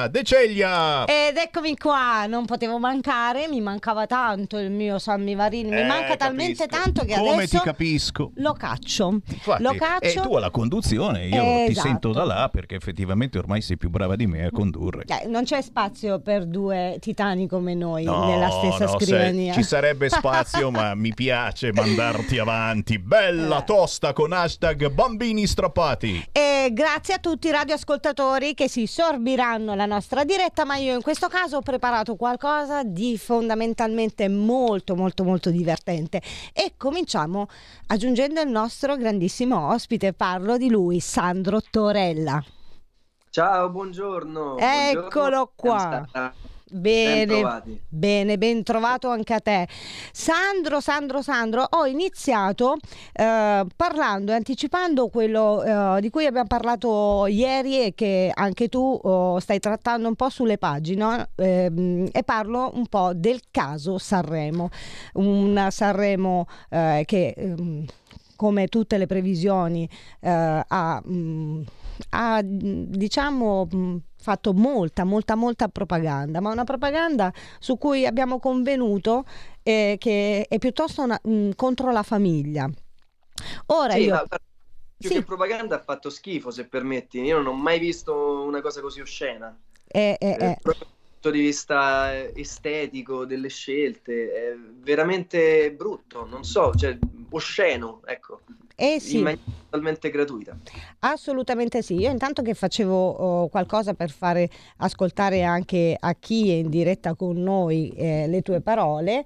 De Ceglia. Ed eccomi qua, non potevo mancare, mi mancava tanto il mio Sammy Varini, mi Eh, manca talmente capisco. tanto che Come adesso ti capisco. lo caccio. Infatti, lo caccio. E tu alla conduzione, io Eh, ti esatto. sento da là perché effettivamente ormai sei più brava di me a condurre. Eh, non c'è spazio per due titani come noi No, nella stessa no, scrivania. se- ci sarebbe spazio, ma mi piace mandarti avanti. Bella tosta con hashtag bambini strappati. E grazie a tutti i radioascoltatori che si sorbiranno la nostra diretta, ma io in questo caso ho preparato qualcosa di fondamentalmente molto molto molto divertente e cominciamo aggiungendo il nostro grandissimo ospite. Parlo di lui, Sandro Torella. Ciao, buongiorno. Eccolo buongiorno. qua. Bene, Bentrovati. bene, ben trovato anche a te. Sandro, Sandro, Sandro, ho iniziato eh, parlando e anticipando quello eh, di cui abbiamo parlato ieri e che anche tu oh, stai trattando un po' sulle pagine, ehm, e parlo un po' del caso Sanremo, un Sanremo eh, che ehm, come tutte le previsioni eh, ha, mh, ha diciamo mh, fatto molta molta molta propaganda, ma una propaganda su cui abbiamo convenuto eh, che è piuttosto una, mh, contro la famiglia. Ora Sì, io ma più Sì. che propaganda ha fatto schifo, se permetti. Io non ho mai visto una cosa così oscena. eh, eh, Eh, eh. proprio dal punto di vista estetico delle scelte, è veramente brutto, non so, cioè osceno, ecco. Eh sì. In maniera totalmente gratuita. Assolutamente sì. Io intanto che facevo oh, qualcosa per fare ascoltare anche a chi è in diretta con noi eh, le tue parole,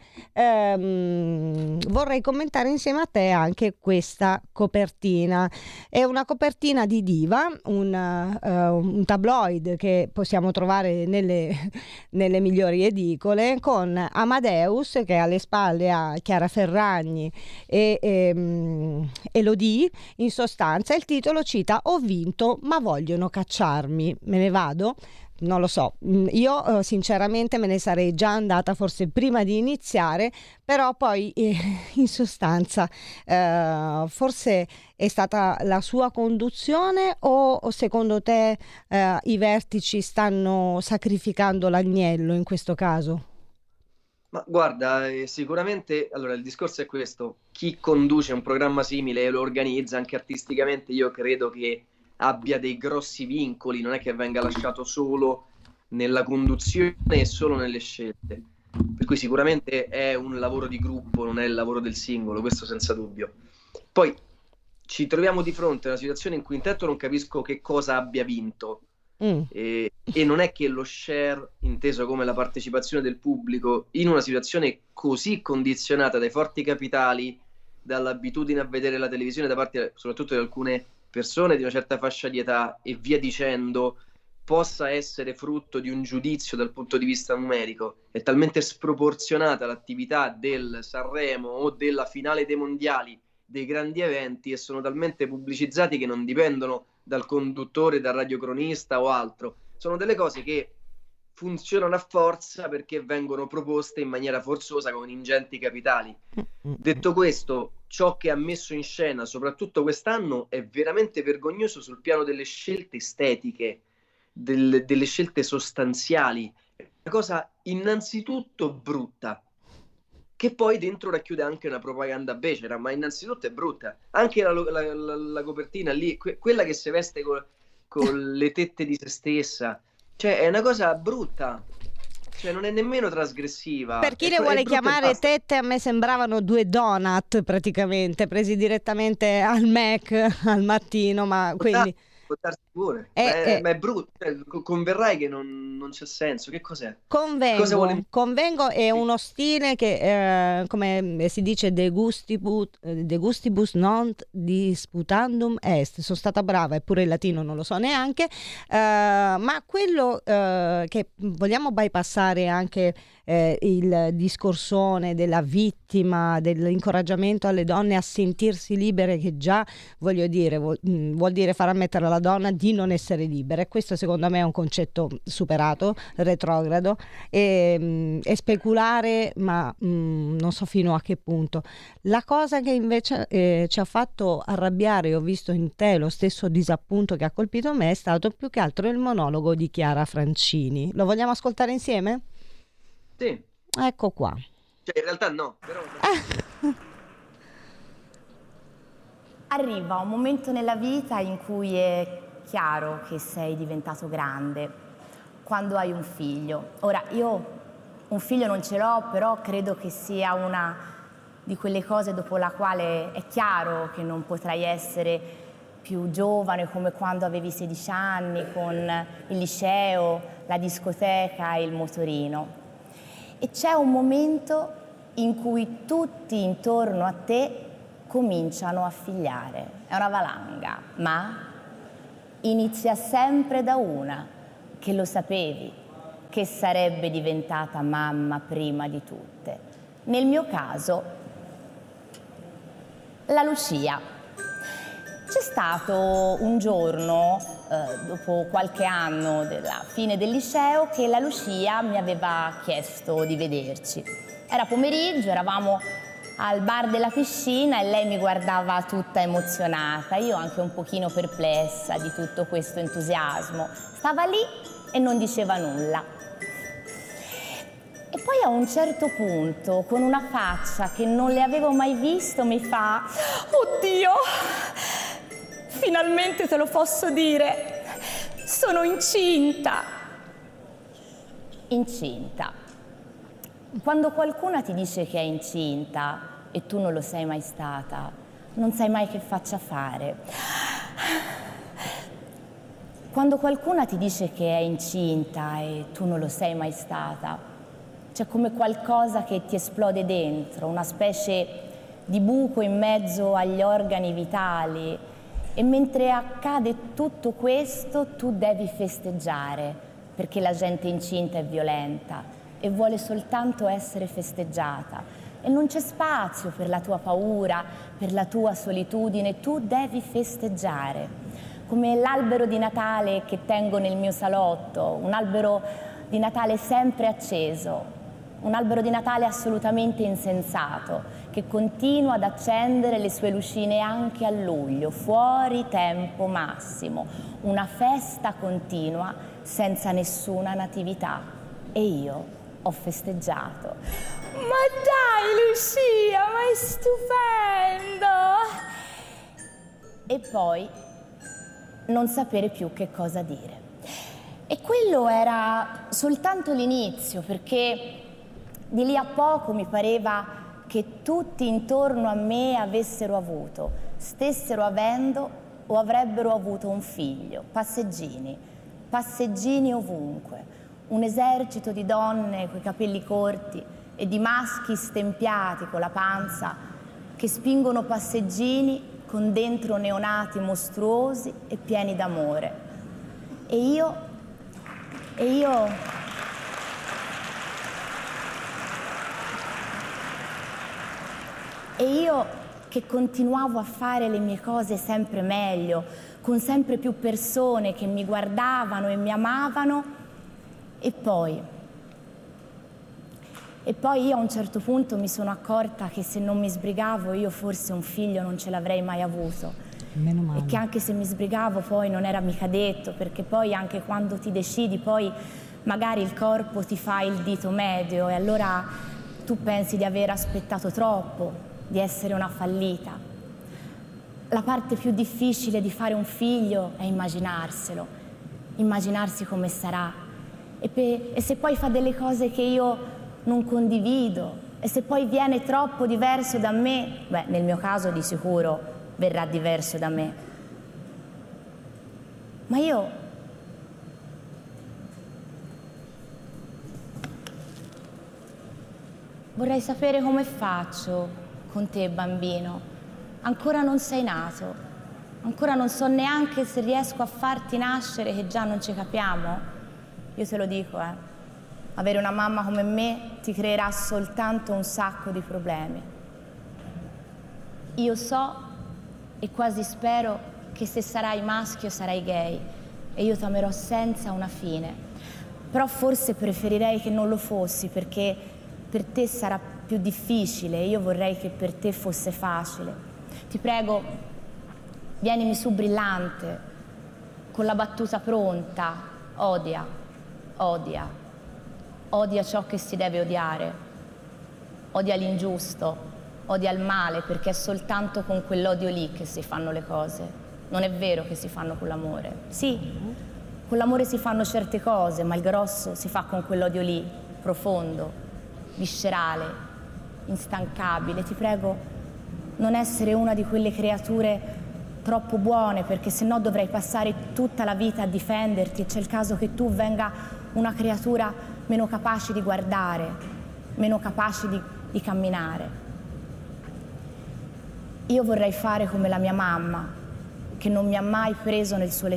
ehm, vorrei commentare insieme a te anche questa copertina. È una copertina di Diva, un, eh, un tabloid che possiamo trovare nelle, nelle migliori edicole, con Amadeus che alle spalle ha Chiara Ferragni e, e, e Elodie. In sostanza il titolo cita: ho vinto ma vogliono cacciarmi, me ne vado? Non lo so, io eh, sinceramente me ne sarei già andata forse prima di iniziare, però poi eh, in sostanza eh, forse è stata la sua conduzione o, o secondo te eh, i vertici stanno sacrificando l'agnello in questo caso? Ma guarda, eh, sicuramente, allora il discorso è questo: chi conduce un programma simile e lo organizza anche artisticamente, io credo che abbia dei grossi vincoli, non è che venga lasciato solo nella conduzione e solo nelle scelte, per cui sicuramente è un lavoro di gruppo, non è il lavoro del singolo, questo senza dubbio. Poi ci troviamo di fronte a una situazione in cui intanto non capisco che cosa abbia vinto. Mm. E, e non è che lo share, inteso come la partecipazione del pubblico in una situazione così condizionata dai forti capitali, dall'abitudine a vedere la televisione da parte soprattutto di alcune persone di una certa fascia di età e via dicendo, possa essere frutto di un giudizio dal punto di vista numerico. È talmente sproporzionata l'attività del Sanremo o della finale dei mondiali, dei grandi eventi, e sono talmente pubblicizzati che non dipendono dal conduttore, dal radiocronista o altro. Sono delle cose che funzionano a forza perché vengono proposte in maniera forzosa con ingenti capitali. Detto questo, ciò che ha messo in scena soprattutto quest'anno è veramente vergognoso sul piano delle scelte estetiche, del, delle scelte sostanziali. È una cosa innanzitutto brutta, che poi dentro racchiude anche una propaganda becera, ma innanzitutto è brutta. Anche la, la, la, la copertina lì, que, quella che si veste con, con le tette di se stessa, cioè è una cosa brutta, cioè non è nemmeno trasgressiva. Per chi è, le vuole è brutta e chiamare basta. tette, a me sembravano due donut praticamente, presi direttamente al Mac al mattino, ma quindi... Può darsi pure, Eh, ma, è, eh. ma è brutto, cioè, co- converrai che non, non c'è senso. Che cos'è? Convengo, Cosa vuole- convengo, è uno stile che, eh, come si dice, de gustibus, de gustibus non disputandum est. Sono stata brava, eppure il latino non lo so neanche, eh, ma quello eh, che vogliamo bypassare anche eh, il discorsone della vittima, dell'incoraggiamento alle donne a sentirsi libere, che già, voglio dire, vuol, mh, vuol dire far ammettere alla donna di non essere libera, e questo secondo me è un concetto superato, retrogrado, e, e speculare, ma mh, non so fino a che punto. La cosa che invece eh, ci ha fatto arrabbiare, ho visto in te lo stesso disappunto che ha colpito me, è stato più che altro il monologo di Chiara Francini. Lo vogliamo ascoltare insieme? Sì. Ecco qua. Cioè, in realtà no, però... Arriva un momento nella vita in cui è chiaro che sei diventato grande, quando hai un figlio. Ora, io un figlio non ce l'ho, però credo che sia una di quelle cose dopo la quale è chiaro che non potrai essere più giovane come quando avevi sedici anni, con il liceo, la discoteca e il motorino. E c'è un momento in cui tutti intorno a te cominciano a figliare. È una valanga, ma inizia sempre da una, che lo sapevi, che sarebbe diventata mamma prima di tutte. Nel mio caso, la Lucia. C'è stato un giorno, eh, dopo qualche anno della fine del liceo, che la Lucia mi aveva chiesto di vederci. Era pomeriggio, eravamo al bar della piscina e lei mi guardava tutta emozionata, io anche un pochino perplessa di tutto questo entusiasmo. Stava lì e non diceva nulla. E poi a un certo punto, con una faccia che non le avevo mai visto, mi fa: oddio, finalmente te lo posso dire, sono incinta. Incinta. Quando qualcuno ti dice che è incinta e tu non lo sei mai stata, non sai mai che faccia fare. Quando qualcuno ti dice che è incinta e tu non lo sei mai stata, c'è come qualcosa che ti esplode dentro, una specie di buco in mezzo agli organi vitali, e mentre accade tutto questo tu devi festeggiare, perché la gente incinta è violenta e vuole soltanto essere festeggiata, e non c'è spazio per la tua paura, per la tua solitudine. Tu devi festeggiare, come l'albero di Natale che tengo nel mio salotto, un albero di Natale sempre acceso, un albero di Natale assolutamente insensato, che continua ad accendere le sue lucine anche a luglio, fuori tempo massimo, una festa continua senza nessuna natività. E io ho festeggiato. Ma dai Lucia, ma è stupendo! E poi non sapere più che cosa dire. E quello era soltanto l'inizio, perché di lì a poco mi pareva che tutti intorno a me avessero avuto, stessero avendo o avrebbero avuto un figlio. Passeggini, passeggini ovunque. Un esercito di donne coi capelli corti e di maschi stempiati con la panza che spingono passeggini con dentro neonati mostruosi e pieni d'amore. E io, e io, e io che continuavo a fare le mie cose sempre meglio, con sempre più persone che mi guardavano e mi amavano. E poi, e poi io a un certo punto mi sono accorta che se non mi sbrigavo io forse un figlio non ce l'avrei mai avuto. Meno male. E che anche se mi sbrigavo poi non era mica detto, perché poi anche quando ti decidi poi magari il corpo ti fa il dito medio e allora tu pensi di aver aspettato troppo, di essere una fallita. La parte più difficile di fare un figlio è immaginarselo, immaginarsi come sarà. E, pe- e se poi fa delle cose che io non condivido, e se poi viene troppo diverso da me, beh, nel mio caso di sicuro verrà diverso da me. Ma io vorrei sapere come faccio con te, bambino. Ancora non sei nato, ancora non so neanche se riesco a farti nascere, che già non ci capiamo. Io te lo dico, eh, avere una mamma come me ti creerà soltanto un sacco di problemi. Io so e quasi spero che se sarai maschio sarai gay e io t'amerò senza una fine. Però forse preferirei che non lo fossi, perché per te sarà più difficile e io vorrei che per te fosse facile. Ti prego, vienimi su brillante, con la battuta pronta. Odia, odia, odia ciò che si deve odiare, odia l'ingiusto, odia il male, perché è soltanto con quell'odio lì che si fanno le cose. Non è vero che si fanno con l'amore. Sì, con l'amore si fanno certe cose, ma il grosso si fa con quell'odio lì, profondo, viscerale, instancabile. Ti prego, non essere una di quelle creature troppo buone, perché sennò dovrei passare tutta la vita a difenderti e c'è il caso che tu venga una creatura meno capace di guardare, meno capace di, di camminare. Io vorrei fare come la mia mamma, che non mi ha mai preso nel suo letto.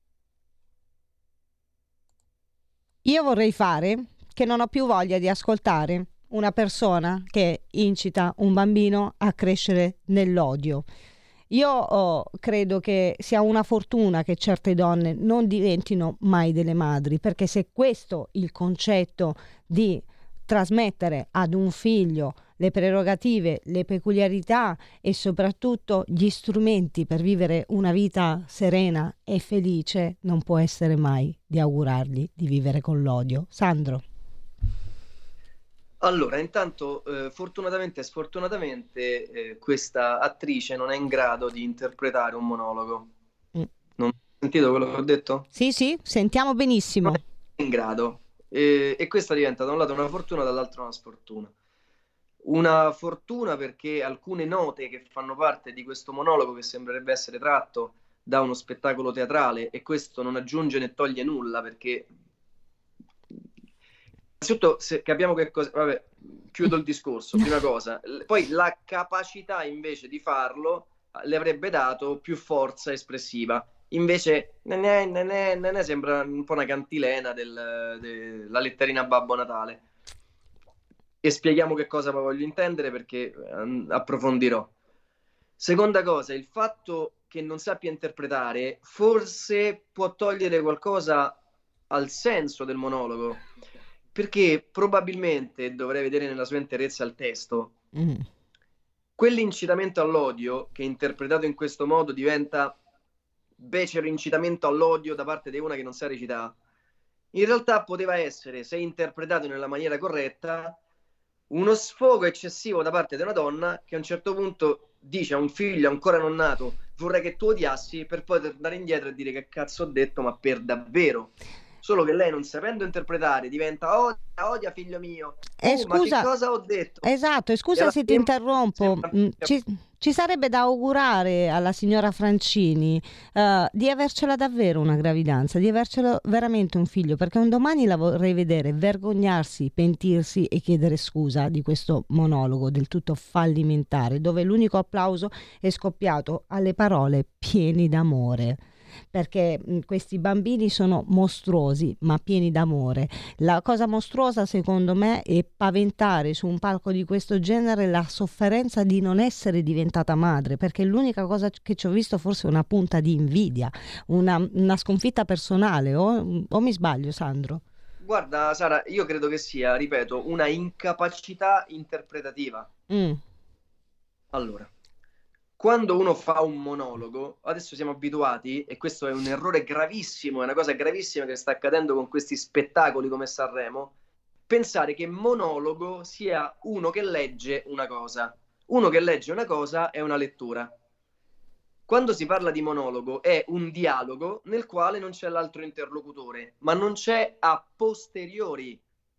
Io vorrei fare che non ho più voglia di ascoltare una persona che incita un bambino a crescere nell'odio. Io oh, credo che sia una fortuna che certe donne non diventino mai delle madri, perché se questo è il concetto di trasmettere ad un figlio le prerogative, le peculiarità e soprattutto gli strumenti per vivere una vita serena e felice, non può essere mai di augurargli di vivere con l'odio. Sandro. Allora, intanto, eh, fortunatamente e sfortunatamente, eh, questa attrice non è in grado di interpretare un monologo. Mm. Non hai sentito quello che ho detto? Sì, sì, sentiamo benissimo. Non è in grado. E, e questa diventa da un lato una fortuna, dall'altro una sfortuna. Una fortuna perché alcune note che fanno parte di questo monologo, che sembrerebbe essere tratto da uno spettacolo teatrale, e questo non aggiunge né toglie nulla, perché innanzitutto se capiamo che cosa, vabbè, chiudo il discorso, prima cosa, poi la capacità invece di farlo le avrebbe dato più forza espressiva. Invece ne, ne, ne, ne sembra un po' una cantilena del, della letterina Babbo Natale. E spieghiamo che cosa voglio intendere, perché approfondirò. Seconda cosa, il fatto che non sappia interpretare forse può togliere qualcosa al senso del monologo, perché probabilmente, dovrei vedere nella sua interezza il testo, mm. quell'incitamento all'odio che interpretato in questo modo diventa becero incitamento all'odio da parte di una che non sa recitare, in realtà poteva essere, se interpretato nella maniera corretta, uno sfogo eccessivo da parte di una donna che a un certo punto dice a un figlio ancora non nato: vorrei che tu odiassi, per poi tornare indietro e dire che cazzo ho detto, ma per davvero. Solo che lei, non sapendo interpretare, diventa odia, odia figlio mio. Eh, oh, scusa, ma che cosa ho detto? Esatto, e scusa e se ti interrompo, ci, ci sarebbe da augurare alla signora Francini uh, di avercela davvero una gravidanza, di avercelo veramente un figlio, perché un domani la vorrei vedere vergognarsi, pentirsi e chiedere scusa di questo monologo del tutto fallimentare, dove l'unico applauso è scoppiato alle parole pieni d'amore. Perché questi bambini sono mostruosi ma pieni d'amore. La cosa mostruosa secondo me è paventare su un palco di questo genere la sofferenza di non essere diventata madre, perché l'unica cosa che ci ho visto forse è una punta di invidia, una, una sconfitta personale, o, o mi sbaglio, Sandro? Guarda Sara, io credo che sia, ripeto, una incapacità interpretativa. Mm. Allora, quando uno fa un monologo, adesso siamo abituati, e questo è un errore gravissimo, è una cosa gravissima che sta accadendo con questi spettacoli come Sanremo, pensare che monologo sia uno che legge una cosa. Uno che legge una cosa è una lettura. Quando si parla di monologo è un dialogo nel quale non c'è l'altro interlocutore, ma non c'è a posteriori.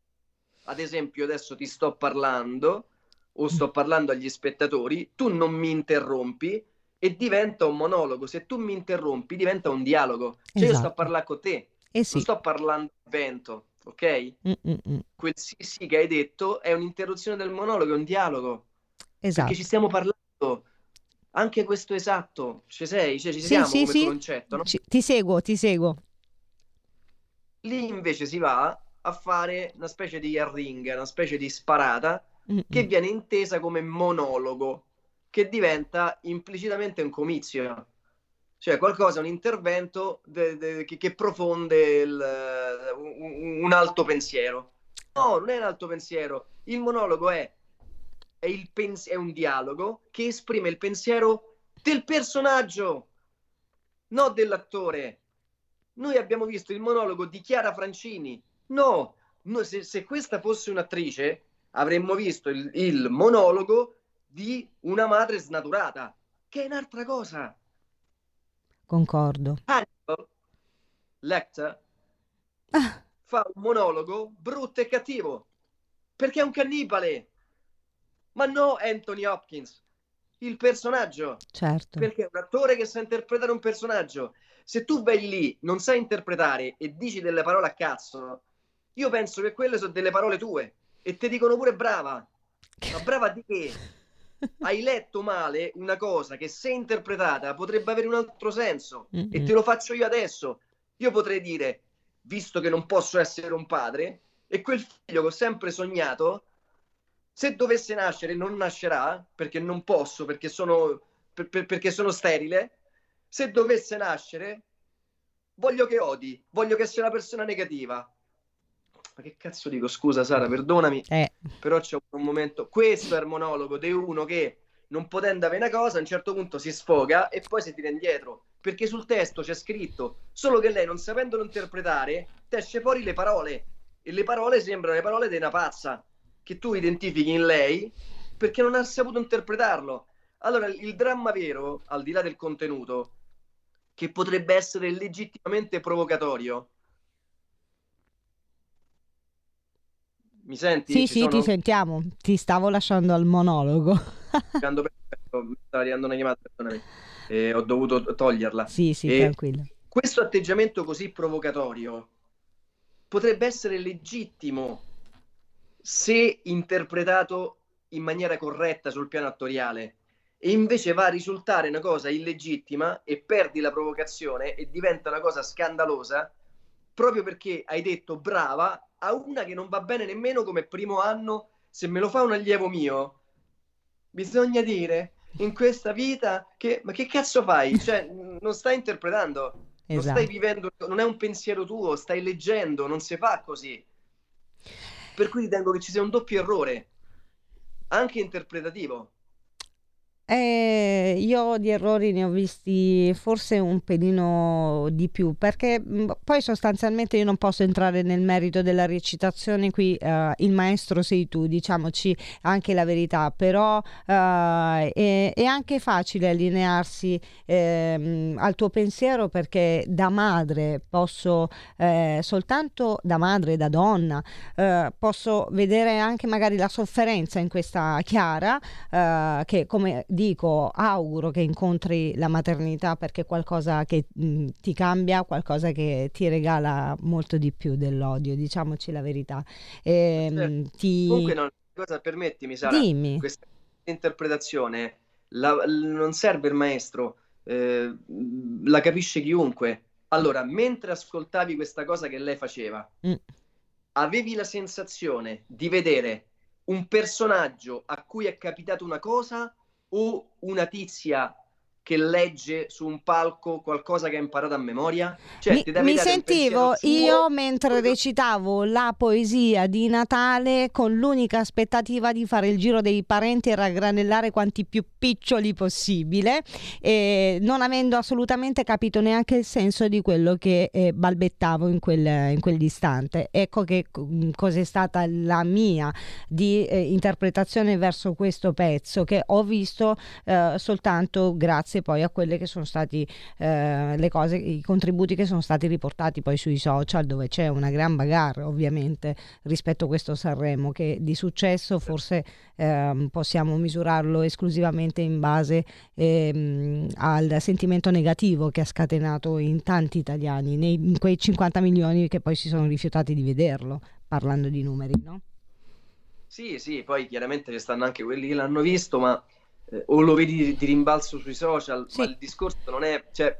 Ad esempio, adesso ti sto parlando, o sto parlando agli spettatori, tu non mi interrompi e diventa un monologo. Se tu mi interrompi diventa un dialogo. Cioè esatto. Io sto a parlare con te, eh sì. Non sto parlando al vento, ok? Mm-mm. Quel sì sì che hai detto è un'interruzione del monologo, è un dialogo. Esatto. Perché ci stiamo parlando. Anche questo esatto, ci sei? Cioè, ci sì, siamo sì, come sì. concetto, no? Ci, ti seguo, ti seguo. Lì invece si va a fare una specie di ring, una specie di sparata, Mm-mm. che viene intesa come monologo, che diventa implicitamente un comizio. cioè qualcosa, un intervento de, de, che, che profonde il, un, un alto pensiero. No, non è un alto pensiero. Il monologo è, è, il pens- è un dialogo che esprime il pensiero del personaggio, non dell'attore. Noi abbiamo visto il monologo di Chiara Francini. No, no se, se questa fosse un'attrice, avremmo visto il, il monologo di una madre snaturata, che è un'altra cosa. Concordo. Hannibal Lecter ah. fa un monologo brutto e cattivo perché è un cannibale, ma no Anthony Hopkins, il personaggio. Certo. Perché è un attore che sa interpretare un personaggio. Se tu vai lì, non sai interpretare e dici delle parole a cazzo, io penso che quelle sono delle parole tue e ti dicono pure brava. Ma brava di che? Hai letto male una cosa che se interpretata potrebbe avere un altro senso. Mm-hmm. E te lo faccio io adesso. Io potrei dire, visto che non posso essere un padre, e quel figlio che ho sempre sognato, se dovesse nascere, non nascerà, perché non posso, perché sono, per, per, perché sono sterile, se dovesse nascere, voglio che odi, voglio che sia una persona negativa. Ma che cazzo dico? Scusa Sara, perdonami, eh. però c'è un momento, questo è il monologo di uno che non potendo avere una cosa a un certo punto si sfoga e poi si tira indietro, perché sul testo c'è scritto, solo che lei non sapendolo interpretare ti esce fuori le parole e le parole sembrano le parole di una pazza che tu identifichi in lei perché non ha saputo interpretarlo. Allora il dramma vero, al di là del contenuto, che potrebbe essere legittimamente provocatorio. Mi senti? Sì, Ci sì, sono? ti sentiamo. Ti stavo lasciando al monologo. Quando mi stava arrivando una chiamata, perdonami, e ho dovuto toglierla. Sì, sì, e tranquillo. Questo atteggiamento così provocatorio potrebbe essere legittimo se interpretato in maniera corretta sul piano attoriale, e invece va a risultare una cosa illegittima e perdi la provocazione e diventa una cosa scandalosa proprio perché hai detto brava a una che non va bene nemmeno come primo anno. Se me lo fa un allievo mio, bisogna dire in questa vita che ma che cazzo fai? Cioè non stai interpretando, esatto. Non stai vivendo, non è un pensiero tuo, stai leggendo, non si fa così. Per cui ritengo che ci sia un doppio errore anche interpretativo. Eh, io di errori ne ho visti forse un pelino di più, perché mh, poi sostanzialmente io non posso entrare nel merito della recitazione qui, uh, il maestro sei tu, diciamoci anche la verità, però uh, è, è anche facile allinearsi eh, al tuo pensiero, perché da madre posso eh, soltanto da madre, da donna eh, posso vedere anche magari la sofferenza in questa Chiara, eh, che come dico auguro che incontri la maternità, perché è qualcosa che mh, ti cambia, qualcosa che ti regala molto di più dell'odio, diciamoci la verità. E, certo. ti... Comunque no, cosa permettimi Sara, dimmi. Questa interpretazione la, non serve il maestro, eh, la capisce chiunque. Allora, mentre ascoltavi questa cosa che lei faceva, mm. avevi la sensazione di vedere un personaggio a cui è capitata una cosa o una tizia che legge su un palco qualcosa che ha imparato a memoria? Cioè, mi, ti devi mi dare sentivo io mentre recitavo la poesia di Natale con l'unica aspettativa di fare il giro dei parenti e raggranellare quanti più piccioli possibile, e non avendo assolutamente capito neanche il senso di quello che eh, balbettavo in, quel, in quell'istante. Ecco che cos'è stata la mia di eh, interpretazione verso questo pezzo, che ho visto eh, soltanto grazie poi a quelle che sono stati eh, le cose, i contributi che sono stati riportati poi sui social, dove c'è una gran bagarre ovviamente rispetto a questo Sanremo, che di successo forse eh, possiamo misurarlo esclusivamente in base eh, al sentimento negativo che ha scatenato in tanti italiani, nei, in quei cinquanta milioni che poi si sono rifiutati di vederlo, parlando di numeri, no? Sì, sì, poi chiaramente ci stanno anche quelli che l'hanno visto, ma Eh, o lo vedi di, di rimbalzo sui social, sì. Ma il discorso non è, cioè,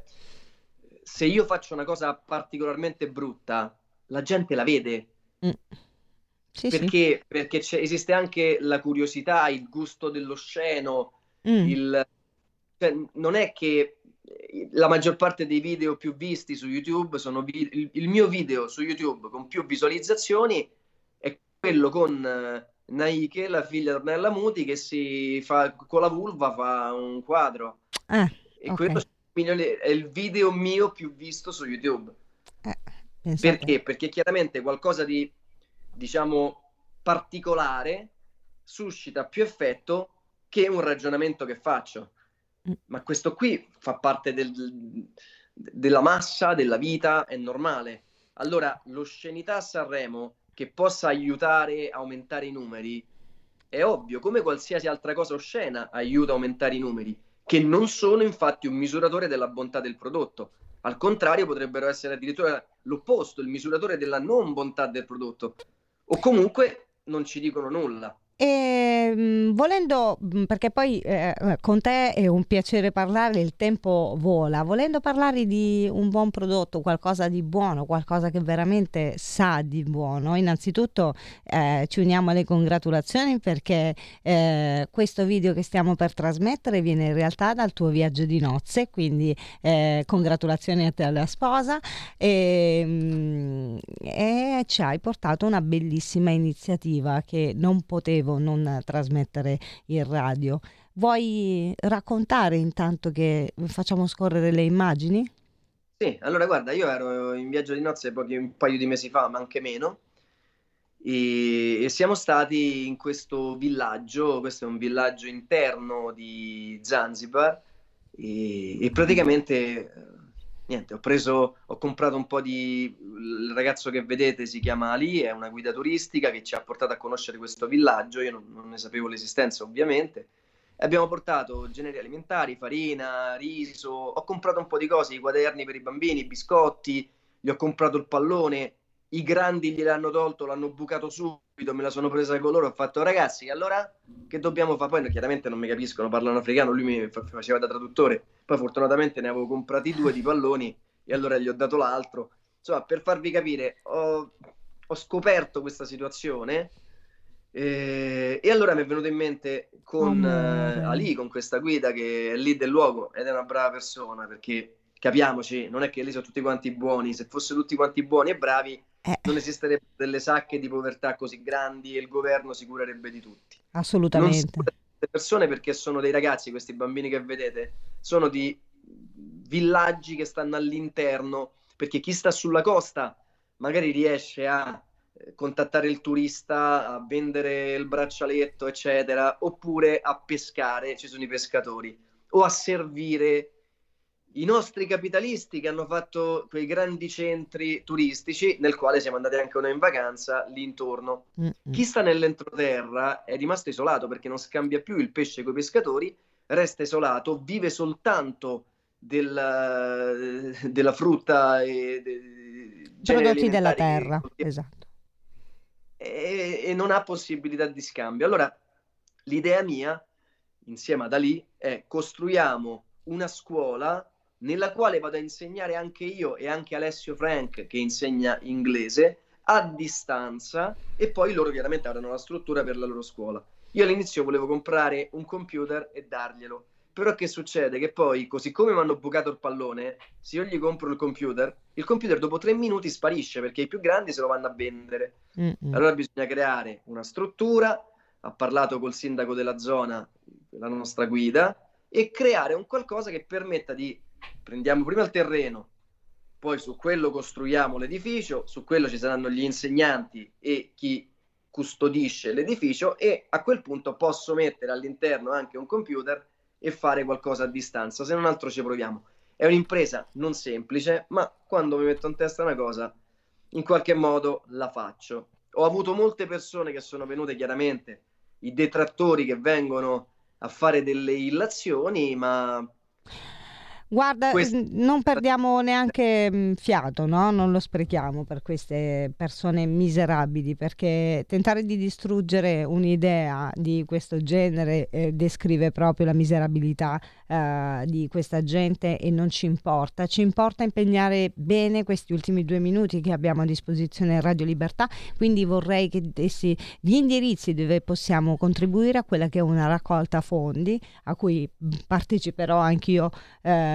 se io faccio una cosa particolarmente brutta, la gente la vede. Mm. Sì, perché, sì. Perché c'è, esiste anche la curiosità, il gusto dell'osceno, mm. il, cioè, non è che la maggior parte dei video più visti su YouTube sono vi- il, il mio video su YouTube con più visualizzazioni è quello con eh, Naike, la figlia di Ornella Muti, che si fa con la vulva fa un quadro. Ah, E ok. quello è il video mio più visto su YouTube. Pensate. Perché? Perché chiaramente qualcosa di, diciamo, particolare suscita più effetto che un ragionamento che faccio. Ma questo qui fa parte del, della massa, della vita, è normale. Allora, l'oscenità a Sanremo, che possa aiutare a aumentare i numeri, è ovvio, come qualsiasi altra cosa oscena aiuta a aumentare i numeri, che non sono infatti un misuratore della bontà del prodotto. Al contrario, potrebbero essere addirittura l'opposto, il misuratore della non bontà del prodotto. O comunque non ci dicono nulla. E mh, volendo, mh, perché poi eh, con te è un piacere parlare, il tempo vola, volendo parlare di un buon prodotto, qualcosa di buono, qualcosa che veramente sa di buono, innanzitutto eh, ci uniamo alle congratulazioni, perché eh, questo video che stiamo per trasmettere viene in realtà dal tuo viaggio di nozze, quindi eh, congratulazioni a te e alla sposa, e, mh, e ci hai portato una bellissima iniziativa che non potevo non trasmettere in radio. Vuoi raccontare intanto che facciamo scorrere le immagini? Sì, allora guarda, io ero in viaggio di nozze pochi, un paio di mesi fa, ma anche meno, e, e siamo stati in questo villaggio, questo è un villaggio interno di Zanzibar, e, e praticamente niente, ho preso, ho comprato un po' di, il ragazzo che vedete si chiama Ali, è una guida turistica che ci ha portato a conoscere questo villaggio, io non, non ne sapevo l'esistenza ovviamente. Abbiamo portato generi alimentari, farina, riso, ho comprato un po' di cose, i quaderni per i bambini, i biscotti, gli ho comprato il pallone, i grandi gliel'hanno tolto, l'hanno bucato subito, me la sono presa con loro, ho fatto ragazzi, allora che dobbiamo fare? Poi chiaramente non mi capiscono, parlano africano, lui mi fa- faceva da traduttore, poi fortunatamente ne avevo comprati due di palloni e allora gli ho dato l'altro. Insomma, per farvi capire, ho, ho scoperto questa situazione. Eh, e allora mi è venuto in mente con eh, Ali, con questa guida che è lì del luogo ed è una brava persona, perché capiamoci, non è che lì sono tutti quanti buoni, se fossero tutti quanti buoni e bravi eh. non esisterebbero delle sacche di povertà così grandi e il governo si curerebbe di tutti. Assolutamente. Non si cura delle persone perché sono dei ragazzi, questi bambini che vedete, sono di villaggi che stanno all'interno, perché chi sta sulla costa magari riesce a contattare il turista, a vendere il braccialetto, eccetera, oppure a pescare, ci sono i pescatori, o a servire i nostri capitalisti che hanno fatto quei grandi centri turistici nel quale siamo andati anche noi in vacanza lì intorno. Mm-mm. Chi sta nell'entroterra è rimasto isolato perché non scambia più il pesce coi pescatori, resta isolato, vive soltanto della, della frutta e de, prodotti della terra, che... esatto. E, e non ha possibilità di scambio. Allora l'idea mia insieme ad Ali è: costruiamo una scuola nella quale vado a insegnare anche io e anche Alessio Frank, che insegna inglese, a distanza, e poi loro chiaramente avranno la struttura per la loro scuola. Io all'inizio volevo comprare un computer e darglielo, però che succede? Che poi, così come mi hanno bucato il pallone, se io gli compro il computer, il computer dopo tre minuti sparisce perché i più grandi se lo vanno a vendere. Mm-mm. Allora bisogna creare una struttura, ha parlato col sindaco della zona, la nostra guida, e creare un qualcosa che permetta di, prendiamo prima il terreno, poi su quello costruiamo l'edificio, su quello ci saranno gli insegnanti e chi custodisce l'edificio, e a quel punto posso mettere all'interno anche un computer e fare qualcosa a distanza, se non altro ci proviamo. È un'impresa non semplice, ma quando mi metto in testa una cosa, in qualche modo la faccio. Ho avuto molte persone che sono venute, chiaramente, i detrattori che vengono a fare delle illazioni, ma... Guarda, Questo... non perdiamo neanche mh, fiato, no? Non lo sprechiamo per queste persone miserabili, perché tentare di distruggere un'idea di questo genere eh, descrive proprio la miserabilità eh, di questa gente, e non ci importa. Ci importa impegnare bene questi ultimi due minuti che abbiamo a disposizione in Radio Libertà, quindi vorrei che dessi gli indirizzi dove possiamo contribuire a quella che è una raccolta fondi, a cui parteciperò anch'io eh,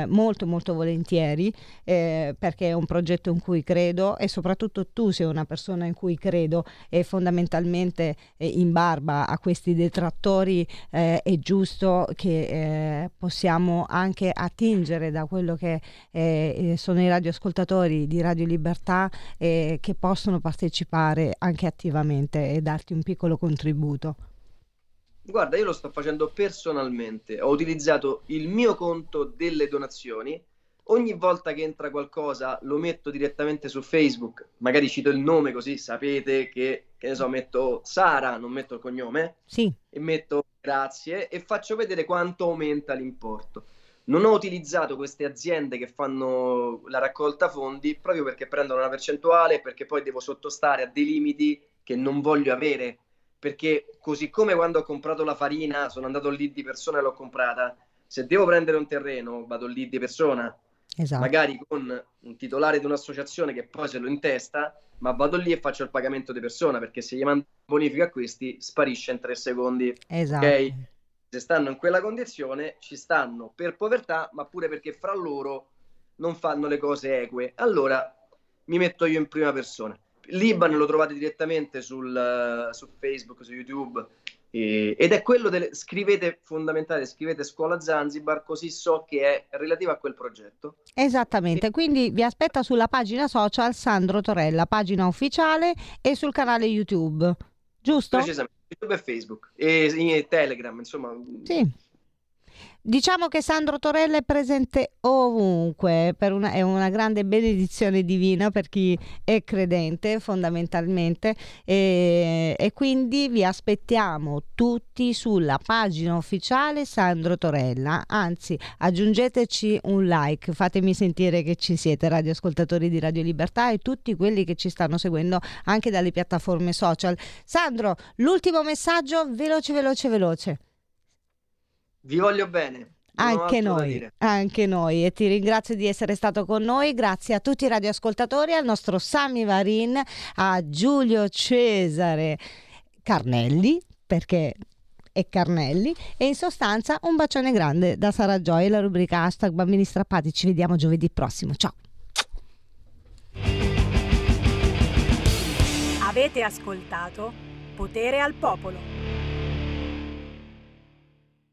molto molto volentieri, eh, perché è un progetto in cui credo e soprattutto tu sei una persona in cui credo, e fondamentalmente eh, in barba a questi detrattori eh, è giusto che eh, possiamo anche attingere da quello che eh, sono i radioascoltatori di Radio Libertà, eh, che possono partecipare anche attivamente e darti un piccolo contributo. Guarda, io lo sto facendo personalmente, ho utilizzato il mio conto delle donazioni, ogni volta che entra qualcosa lo metto direttamente su Facebook, magari cito il nome così sapete che, che ne so, metto Sara, non metto il cognome, sì, e metto grazie e faccio vedere quanto aumenta l'importo. Non ho utilizzato queste aziende che fanno la raccolta fondi proprio perché prendono una percentuale e perché poi devo sottostare a dei limiti che non voglio avere. Perché così come quando ho comprato la farina sono andato lì di persona e l'ho comprata, se devo prendere un terreno vado lì di persona, esatto, magari con un titolare di un'associazione che poi se lo intesta, ma vado lì e faccio il pagamento di persona, perché se gli mando bonifica a questi sparisce in tre secondi, esatto. Ok? Se stanno in quella condizione ci stanno per povertà, ma pure perché fra loro non fanno le cose eque, allora mi metto io in prima persona. L'Iban lo trovate direttamente sul, uh, su Facebook, su YouTube, e, ed è quello delle, scrivete fondamentale, scrivete Scuola Zanzibar, così so che è relativo a quel progetto. Esattamente, quindi vi aspetta sulla pagina social Sandro Torella, pagina ufficiale, e sul canale YouTube, giusto? Precisamente, YouTube e Facebook e, e Telegram, insomma. Sì. Diciamo che Sandro Torella è presente ovunque, per una, è una grande benedizione divina per chi è credente fondamentalmente, e, e quindi vi aspettiamo tutti sulla pagina ufficiale Sandro Torella, anzi aggiungeteci un like, fatemi sentire che ci siete, radioascoltatori di Radio Libertà e tutti quelli che ci stanno seguendo anche dalle piattaforme social. Sandro, l'ultimo messaggio veloce veloce veloce. Vi voglio bene. Anche noi, anche noi, e ti ringrazio di essere stato con noi. Grazie a tutti i radioascoltatori, al nostro Sami Varin, a Giulio Cesare Carnelli, perché è Carnelli, e in sostanza un bacione grande da Sara Joy, la rubrica hashtag Bambini Strappati. Ci vediamo giovedì prossimo, ciao. Avete ascoltato Potere al Popolo.